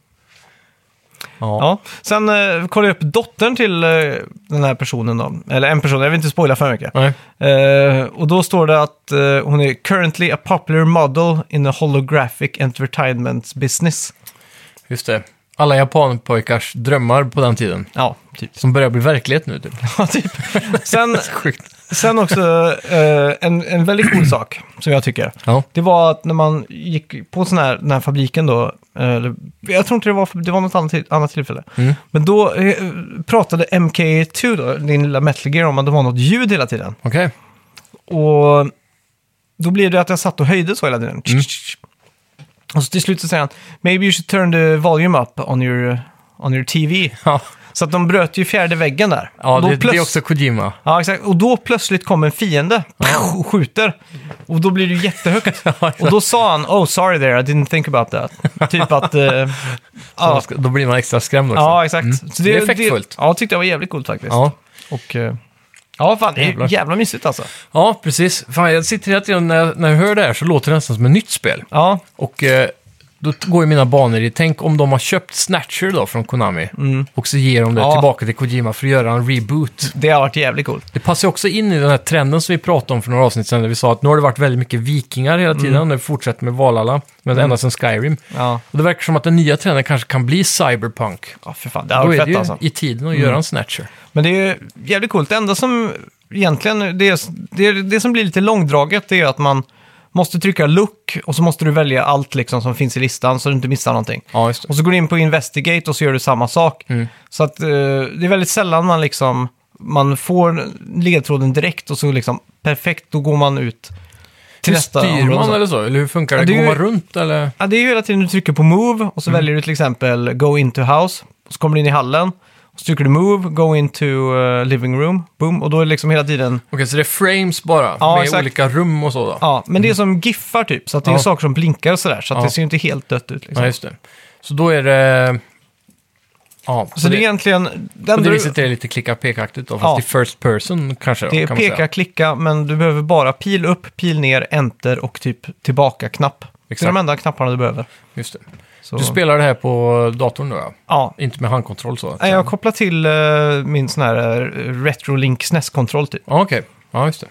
Ja. Sen kollade jag upp dottern till den här personen då. Eller en person, jag vill inte spoila för mycket. Och då står det att hon är currently a popular model in a holographic entertainment business. Just det. Alla japanpojkars drömmar på den tiden. Ja, typ. Som börjar bli verklighet nu typ. Ja, typ. Sjukt. Sen också en väldigt cool sak som jag tycker. Ja. Det var att när man gick på den här fabriken då, jag tror inte det var något annat tillfälle. Men då pratade MK2 då, din lilla Metal Gear, om att det var något ljud hela tiden. Okej. Och då blev det att jag satt och höjde så hela tiden. Och så till slut så säger han, maybe you should turn the volume up on your TV. Ja. Så att de bröt ju fjärde väggen där. Ja, Och då det är också Kojima. Ja, exakt. Och då plötsligt kom en fiende och skjuter. Och då blir det jättehögt. Och då sa han, oh sorry there, I didn't think about that. Typ att... ja. Då blir man extra skrämd också. Ja, exakt. Så det är effektfullt. Ja, tyckte jag var jävligt coolt faktiskt. Ja. Och... ja, fan, det är jävla mysigt alltså. Ja, precis. Fan, jag sitter hela tiden när jag hör det här så låter det nästan som ett nytt spel. Ja. Och då går ju mina banor i, tänk om de har köpt Snatcher då från Konami och så ger de det tillbaka till Kojima för att göra en reboot. Det har varit jävligt coolt. Det passar ju också in i den här trenden som vi pratade om för några avsnitt sedan, där vi sa att nu har det varit väldigt mycket vikingar hela tiden, när vi fortsätter med Valhalla, men ända sedan Skyrim. Ja. Och det verkar som att den nya trenden kanske kan bli cyberpunk. Ja, för fan. Det har varit fett alltså. I tiden att göra en Snatcher. Men det är ju jävligt coolt. Det enda som egentligen, det som blir lite långdraget, det är att man måste trycka look och så måste du välja allt liksom som finns i listan så du inte missar någonting. Ja, just det. Och så går du in på Investigate och så gör du samma sak. Så att det är väldigt sällan man får ledtråden direkt och så liksom perfekt, då går man ut till Hur nästa styr område. man eller så? Eller hur funkar det? Ja, Går man runt eller? Ja, det är ju hela tiden du trycker på move och så väljer du till exempel go into house och så kommer du in i hallen. Och så trycker du move, go into living room, boom, och då är det liksom hela tiden... Okej, så det är frames bara, Ja, med exakt. olika rum och så då? Ja, men det är som giffar typ, så att det är saker som blinkar och sådär, så att det ser ju inte helt dött ut liksom. Ja, just det. Så då är det... Ja, Så det är egentligen... på det viset är det lite klicka-peka-aktigt då, fast i first person kanske. Det är kan man säga. peka, klicka, men du behöver bara pil upp, pil ner, enter och typ tillbaka-knapp. Det är de enda knapparna du behöver. Just det. Så... Du spelar det här på datorn då, ja? Ja. Inte med handkontroll så? Nej, jag kopplar till min sån här Retrolink SNES-kontroll typ. Ja, okej. Ja, just det.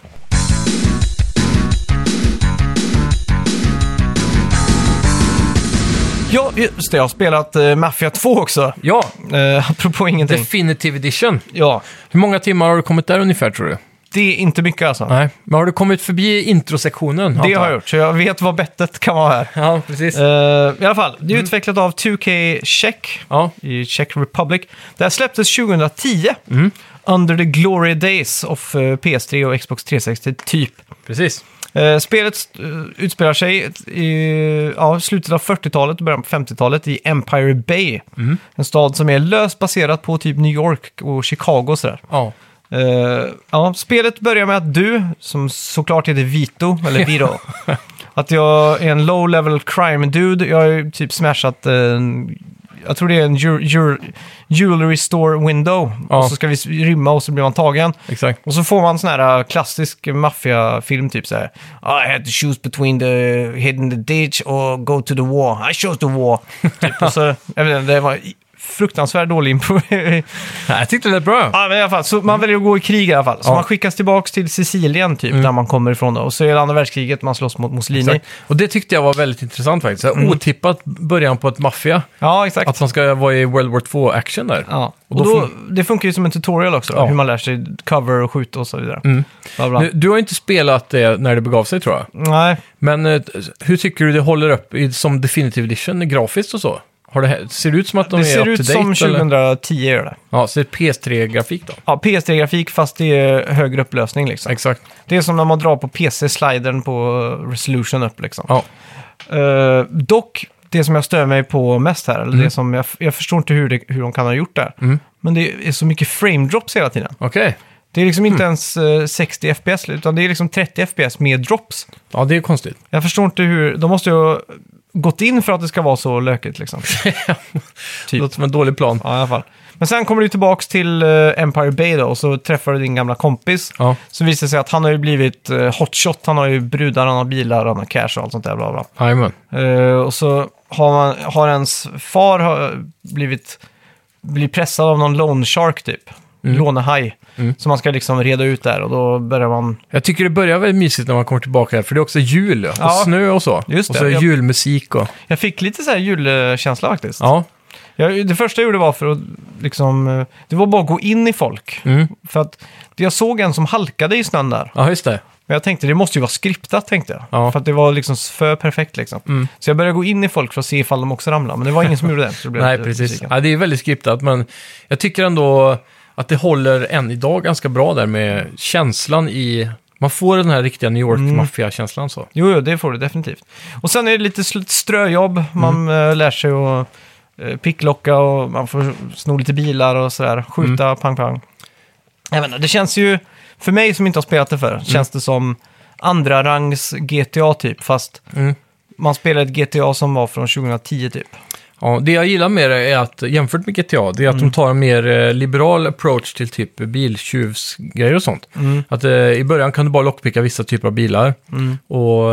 Ja, just det. Jag har spelat Mafia 2 också. Ja, Apropå ingenting. Definitive Edition. Ja, Hur många timmar har du kommit där ungefär, tror du? det är inte mycket alltså. Nej, men har du kommit förbi introsektionen? Det har jag gjort, så jag vet vad bettet kan vara här. Ja, precis. I alla fall, det är utvecklat av 2K Czech Ja. i Czech Republic. Det här släpptes 2010 under the glory days of PS3 och Xbox 360 typ. Precis. Spelet utspelar sig i slutet av 40-talet och början på 50-talet i Empire Bay. En stad som är löst baserad på typ New York och Chicago och sådär. Ja. Spelet börjar med att du, som såklart heter Vito, eller Vito, att jag är en low-level crime dude. Jag har ju typ smashat jag tror det är en jewelry store window. Ja. Och så ska vi rymma och så blir man tagen. Exakt. Och så får man sån här klassisk maffiafilm typ så här. I had to choose between the hidden the ditch or go to the war. I chose the war. Typ. Och så, jag vet inte, det var fruktansvärt dålig info. Nej, jag tyckte det lät bra. Ja, men i alla fall, så man väljer att gå i krig i alla fall. Så Ja. man skickas tillbaka till Sicilien typ, där man kommer ifrån då. Och så är det andra världskriget, man slåss mot Mussolini. Exakt. Och det tyckte jag var väldigt intressant faktiskt. Otippat början på ett maffia. Ja, exakt. Att han ska vara i World War 2-action där. Ja. Och Och då då, det funkar ju som en tutorial också, Ja. hur man lär sig cover och skjuta och så vidare. Bla, bla. Du har inte spelat det när det begav sig tror jag. Nej, Men hur tycker du det håller upp som Definitive Edition grafiskt och så? Ser det ut som att de det är ser up ut to som date, eller? 2010 gör det. Ja, så det är PS3-grafik då? Ja, PS3-grafik fast det är högre upplösning liksom. Exakt. Det är som när man drar på PC-slidern på resolution upp liksom. Ja. Dock, det som jag stör mig på mest här, eller det som jag förstår inte hur de kan ha gjort det. Men det är så mycket frame drops hela tiden. Okej. Det är liksom inte ens 60 FPS, utan det är liksom 30 FPS med drops. Ja, det är konstigt. Jag förstår inte hur... De måste ju ha gått in för att det ska vara så lökigt liksom. Det låter som en dålig plan. Ja, i alla fall. Men sen kommer du tillbaka till Empire Bay då, och så träffar du din gamla kompis. Ja. Så visar det sig att han har ju blivit hotshot, han har ju brudar, han har bilar, han har cash och allt sånt där. Bla bla. Jajamän. Och så har ens far blivit pressad av någon loan shark typ. Lånehaj. Så man ska liksom reda ut där och då börjar man... Jag tycker det börjar väldigt mysigt när man kommer tillbaka här, för det är också jul och Ja. snö och så. Just och så det. julmusik och... Jag fick lite så här julkänsla faktiskt. Ja. Det första jag gjorde var för att liksom... Det var bara att gå in i folk. För att jag såg en som halkade i snön där. Ja, just det. Men jag tänkte det måste ju vara skriptat, tänkte jag. Ja. För att det var liksom för perfekt liksom. Så jag började gå in i folk för att se ifall de också ramlade. Men det var ingen som gjorde det. Så det blev Nej, lite precis. besviken. Ja, det är väldigt skriptat, men jag tycker ändå att det håller än idag ganska bra där med känslan i... Man får den här riktiga New York-maffia-känslan så. Jo, det får du definitivt. Och sen är det lite ströjobb. Man lär sig att picklocka och man får sno lite bilar och sådär. Skjuta, pang, pang. Jag vet inte, det känns ju... För mig som inte har spelat det för känns det som andra rangs GTA typ. Fast man spelar ett GTA som var från 2010 typ. Ja, det jag gillar med det är att, jämfört med GTA, det är att de tar en mer liberal approach till typ biltjuvsgrejer och sånt. Att i början kan du bara lockpicka vissa typer av bilar. Och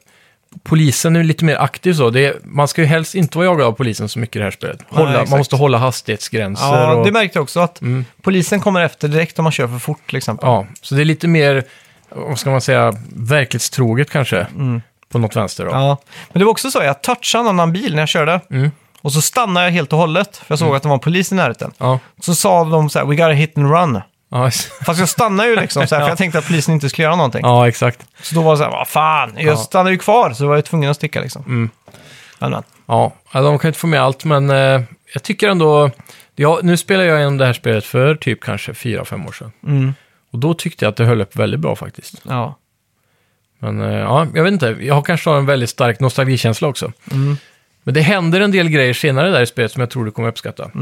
polisen är lite mer aktiv så. Man ska ju helst inte vara jagad av polisen så mycket i det här spelet. Man måste hålla hastighetsgränser. Ja, och, det märkte jag också att polisen kommer efter direkt om man kör för fort till exempel. ja, så det är lite mer, vad ska man säga, verklighetstroget kanske. På något vänster då. Ja, men det var också så, jag touchade en annan bil när jag körde. Och så stannade jag helt och hållet, för jag såg att det var en polis i närheten. Ja. Så sa de så här, we got a hit and run. Ja, Fast jag stannade ju liksom så här, för jag tänkte att polisen inte skulle göra någonting. ja, exakt. Så då var det så här, vad fan, jag stannade ju kvar, så var jag tvungen att sticka liksom. Men. Ja, de kan inte få med allt, men jag tycker ändå... Nu spelar jag igenom det här spelet för typ kanske 4-5 år sedan. Och då tyckte jag att det höll upp väldigt bra faktiskt. Ja. Men ja, jag vet inte. Jag har kanske en väldigt stark nostalgikänsla också. Men det händer en del grejer senare där i spelet som jag tror du kommer uppskatta.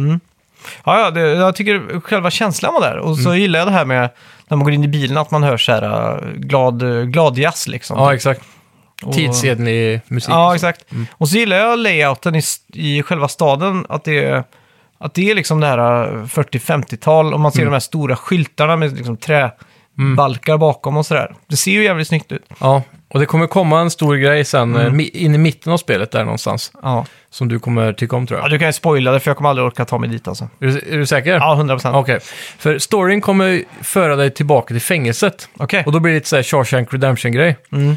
Ja, jag tycker själva känslan var där. Och så gillar jag det här med när man går in i bilen att man hör så här glad jazz liksom. Ja, exakt. Och- Tidsenlig musik. Ja, och så. exakt. Och så gillar jag layouten i själva staden, att det är liksom det här 40-50-tal och man ser de här stora skyltarna med liksom träbalkar bakom och sådär. Det ser ju jävligt snyggt ut. Ja, och det kommer komma en stor grej sen in i mitten av spelet där någonstans. Ja. Som du kommer tycka om tror Ja, jag. du kan ju spoila det för jag kommer aldrig orka ta mig dit alltså. Är du säker? Ja, 100%. Okej. För storyn kommer föra dig tillbaka till fängelset. Okej. Och då blir det lite så här Shawshank Redemption-grej.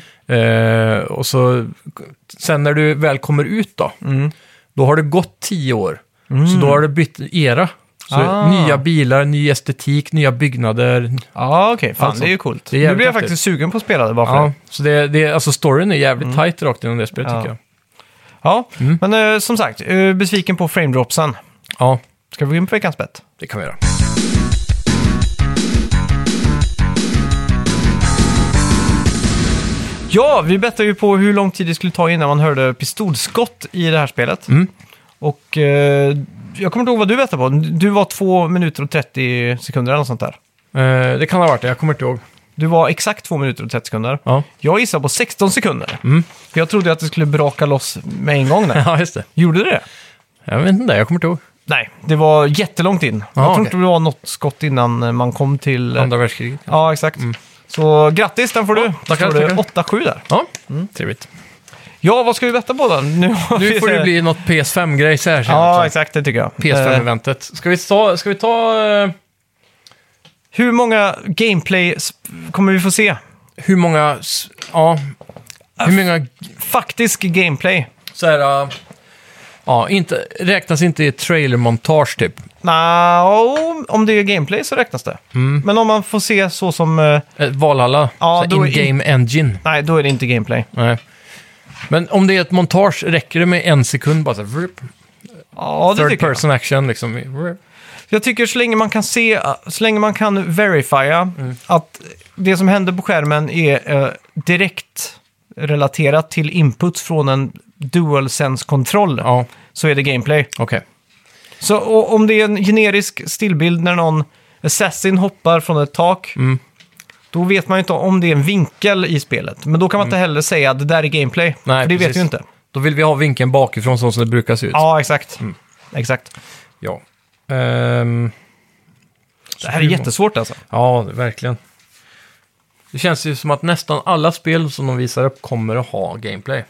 Och så sen när du väl kommer ut då har det gått 10 år. Så då har det bytt era. Så nya bilar, ny estetik, nya byggnader. Ja, okej. Fan, Alltså, det är ju coolt. det är Nu jävligt blir jag häftigt. faktiskt sugen på att spela det bara för Ja, det. så alltså storyn är jävligt tight rakt inom det spelet Ja. tycker jag. Ja, men som sagt, besviken på frame-dropsen. Ja, Ska vi gå in på veckans bett? det kan vi göra. Ja, vi bettade ju på hur lång tid det skulle ta innan man hörde pistolskott i det här spelet. Och jag kommer inte ihåg vad du bettade på. Du var 2 minuter och 30 sekunder eller något sånt där. Det kan ha varit det, jag kommer inte ihåg. Du var exakt 2 minuter och 30 sekunder. Ja, Jag gissar på 16 sekunder. För jag trodde att det skulle braka loss med en gång där. ja just det. Gjorde det? Jag vet inte, jag kommer inte ihåg. Nej, det var jättelångt in. Jag tror okej. inte det var något skott innan man kom till... Andra världskriget. Ja, exakt. Så grattis, den får du. tackar, Står det tackar. 8-7 där. Ja, trevligt. Ja, vad ska vi betta på då? Nu Nu får det bli något PS5-grej så här. Ja, exakt, det tycker jag. PS5-eventet. Ska vi ta Hur många gameplay kommer vi få se? hur många... Hur många... Faktisk gameplay. Så här... räknas inte i trailer-montage typ. Om det är gameplay så räknas det. Men om man får se så som... Valhalla. Ja, så då är in-game engine. Nej, då är det inte gameplay. Nej. Men om det är ett montage, räcker det med 1 sekund bara så här, Ja, det third tycker jag. person action liksom. Jag tycker så länge man kan se, så länge man kan verifiera att det som händer på skärmen är direkt relaterat till input från en DualSense-kontroll, Ja, så är det gameplay. okej. Så om det är en generisk stillbild när någon assassin hoppar från ett tak, då vet man ju inte om det är en vinkel i spelet. Men då kan man inte heller säga att det där är gameplay. Nej, för det vet precis. vi ju inte. Då vill vi ha vinkeln bakifrån så som det brukar se ut. Ja, exakt. Exakt. Ja. Det här är jättesvårt alltså. Ja, verkligen. Det känns ju som att nästan alla spel som de visar upp kommer att ha gameplay.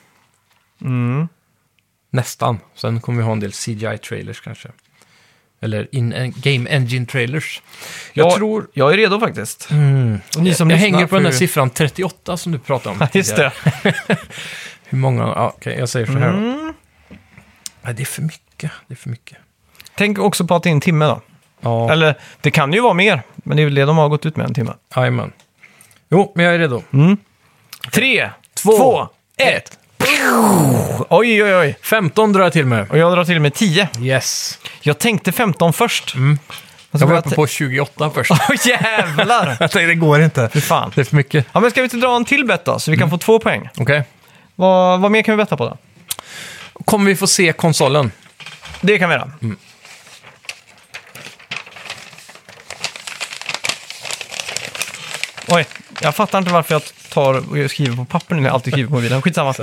Nästan. Sen kommer vi ha en del CGI-trailers kanske. Eller Game Engine-trailers. Jag tror... Jag är redo faktiskt. Och ni som Jag lyssnar hänger på den där får ju- siffran 38 som du pratade om. Just tidigare. det. Hur många? Ja, okej, jag säger så här då. Nej, det är för mycket. Det är för mycket. Tänk också på att det är en timme då. Ja, Eller, det kan ju vara mer. Men det är väl det de har gått ut med, en timme. jajamän. Jo, men jag är redo. 3, 2, 1. Oj, oj, oj. 15 drar jag till med. Och jag drar till med 10. Yes. Jag tänkte 15 först. Jag var uppe på 28 först. Åh, jävlar! Jag tänkte, det går inte. Fy fan. Det är för mycket. Ja, men ska vi inte dra en till bett då? Så vi kan få 2 poäng. Okej. Vad mer kan vi betta på då? Kommer vi få se konsolen? Det kan vi göra. Oj, jag fattar inte varför jag tar och skriver på papper när jag alltid skriver på mobilen. Skitsamma.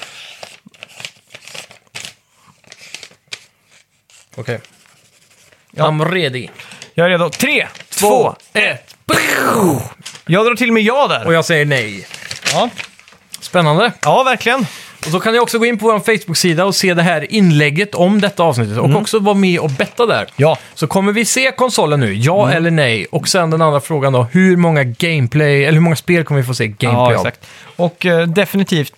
Okej. Ja. I'm ready. Jag är redo. 3, 2, 1. jag drar till med ja där. Och jag säger nej. Ja. Spännande. Ja, verkligen. Och så kan ni också gå in på vår Facebook-sida och se det här inlägget om detta avsnittet. Och också vara med och betta där. Ja. Så kommer vi se konsolen nu, ja eller nej? Och sen den andra frågan då, hur många gameplay, eller hur många spel kommer vi få se gameplay Ja, av? exakt. Och definitivt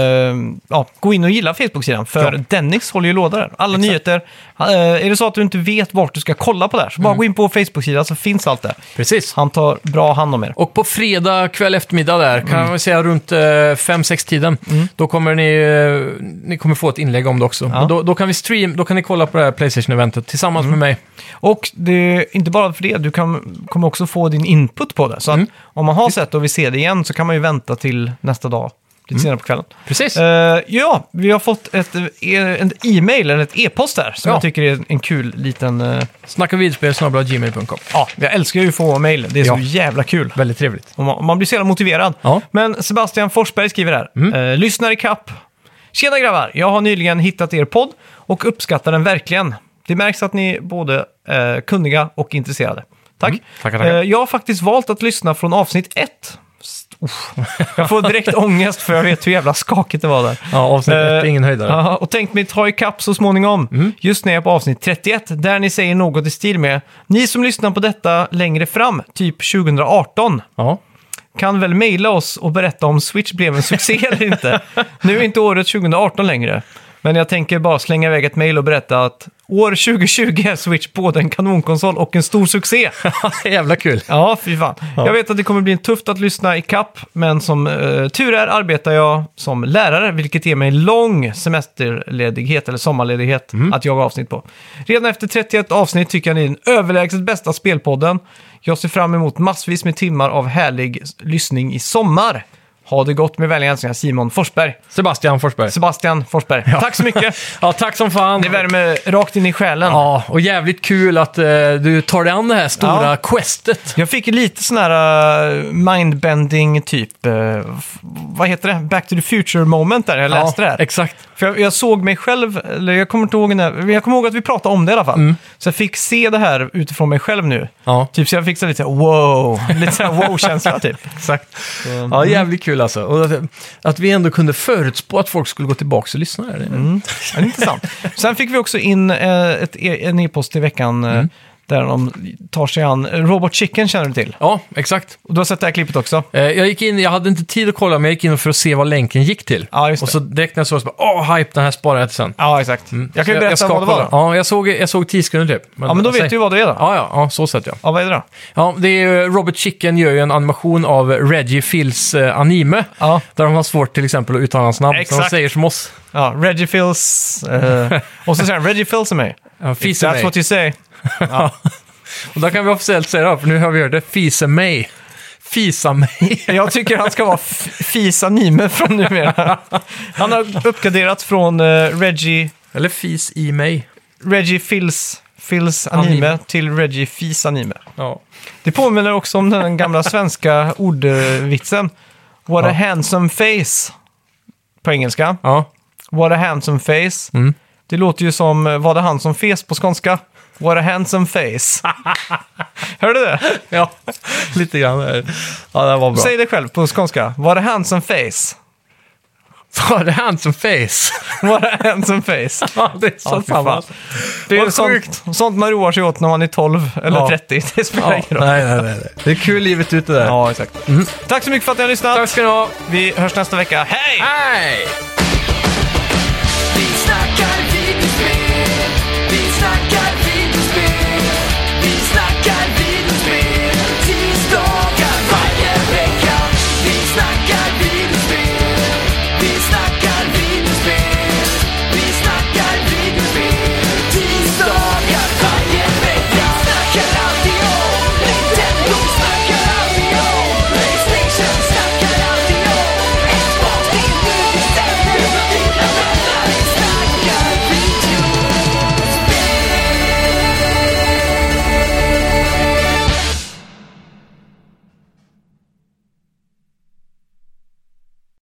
gå in och gilla Facebook-sidan, för Ja. Dennis håller ju låda där. Alla nyheter. Är det så att du inte vet vart du ska kolla på det här, så bara gå in på Facebook-sidan så finns allt där. Precis. Han tar bra hand om er. Och på fredag kväll eftermiddag där, kan man säga runt 5-6 tiden, då kommer ni kommer få ett inlägg om det också. Ja. Och då kan vi då kan ni kolla på det här PlayStation-eventet tillsammans med mig. Och det är inte bara för det, du kommer också få din input på det. Så att om man har sett och vill se det igen så kan man ju vänta till nästa dag, lite senare på kvällen. Precis. Ja, vi har fått en e-mail eller ett e-post där som Ja. jag tycker är en kul liten... Snackavidspel@gmail.com. Ja, jag älskar ju att få mail. Det är Ja. så jävla kul. Väldigt trevligt. Och man blir så jävla motiverad. Ja. Men Sebastian Forsberg skriver här. Lyssnar i kapp. Tjena grabbar, jag har nyligen hittat er podd och uppskattar den verkligen. Det märks att ni är både kunniga och intresserade. Tack. Tackar. Jag har faktiskt valt att lyssna från avsnitt 1. Jag får direkt ångest för jag vet hur jävla skakigt det var där. Ja, avsnitt 1 är ingen höjdare. Ja, och tänkt mig ta i kapp så småningom. Just när jag är på avsnitt 31, där ni säger något i stil med: ni som lyssnar på detta längre fram, typ 2018, Ja. kan väl mejla oss och berätta om Switch blev en succé eller inte. Nu är inte året 2018 längre, men jag tänker bara slänga iväg ett mejl och berätta att år 2020 är Switch både en kanonkonsol och en stor succé. Jävla kul. Ja, fy fan. Jag vet att det kommer bli tufft att lyssna i kapp, men som tur är arbetar jag som lärare, vilket ger mig lång semesterledighet eller sommarledighet att jaga avsnitt på. Redan efter 31 avsnitt tycker jag ni är den överlägset bästa spelpodden. Jag ser fram emot massvis med timmar av härlig lyssning i sommar. Ha det gott, med vänliga hälsningar, Simon Forsberg. Sebastian Forsberg. Sebastian Forsberg. Tack så mycket. Ja, tack som fan. Det värmer rakt in i själen. Ja, och jävligt kul att du tar dig an det här stora questet. Jag fick lite sån här mindbending typ, vad heter det? Back to the future moment där jag läste det här. Exakt. För jag såg mig själv, eller jag kommer inte ihåg när, jag kommer ihåg att vi pratade om det i alla fall. Så jag fick se det här utifrån mig själv nu. Ja. Typ så jag fick så lite så här wow-känsla typ. Exakt. Ja, jävligt kul alltså. Och att vi ändå kunde förutspå att folk skulle gå tillbaka och lyssna. Här. Ja, det är intressant. Sen fick vi också in en e-post i veckan där de tar sig an Robot Chicken, känner du till? Ja, exakt. Och du har sett det här klippet också? Jag gick in, jag hade inte tid att kolla, men jag gick in för att se vad länken gick till. Ja, just det. Och så direkt när jag såg så bara, hype, den här sparar jag till sen. Ja, exakt. Jag kan ju berätta vad det var då. Ja, jag såg 10 sekunder typ. Men då vet du vad det är då. Ja, så sett jag. Ja, vad är det då? Ja, det är ju, Robot Chicken gör ju en animation av Reggie Fils anime. Ja. Där de har svårt till exempel att uttala hans namn. Så de säger som oss. Ja, Reggie Fils. Och så säger han, Reggie Fils är mig. Ja, fisa That's mig. what you say. Ja. Och då kan vi officiellt säga det, för nu har vi hört det. Fisa mig. Fisa mig. Jag tycker han ska vara Fisa Nime från numera. Han har uppgraderat från Reggie Eller fis i mig. Fils anime till Reggie Fis anime. Ja. Det påminner också om den gamla svenska ordvitsen. What a handsome face. På engelska. Ja. What a handsome face. Det låter ju som var det han som fes på skånska. What a handsome face. Hörde du det? Ja, lite grann. Ja, det var bra. Säg det själv på skånska. What a handsome face. Var det handsome face? What a handsome face. Ja, det är så fy samma. fan. Det är Vad sjukt. sånt man roar sig åt när man är 12 eller 30. Det spelar Ja, ingen roll. nej. Det är kul livet ute där. Ja, exakt. Tack så mycket för att ni har lyssnat. Tack ska ni ha. Vi hörs nästa vecka. Hej! Hej!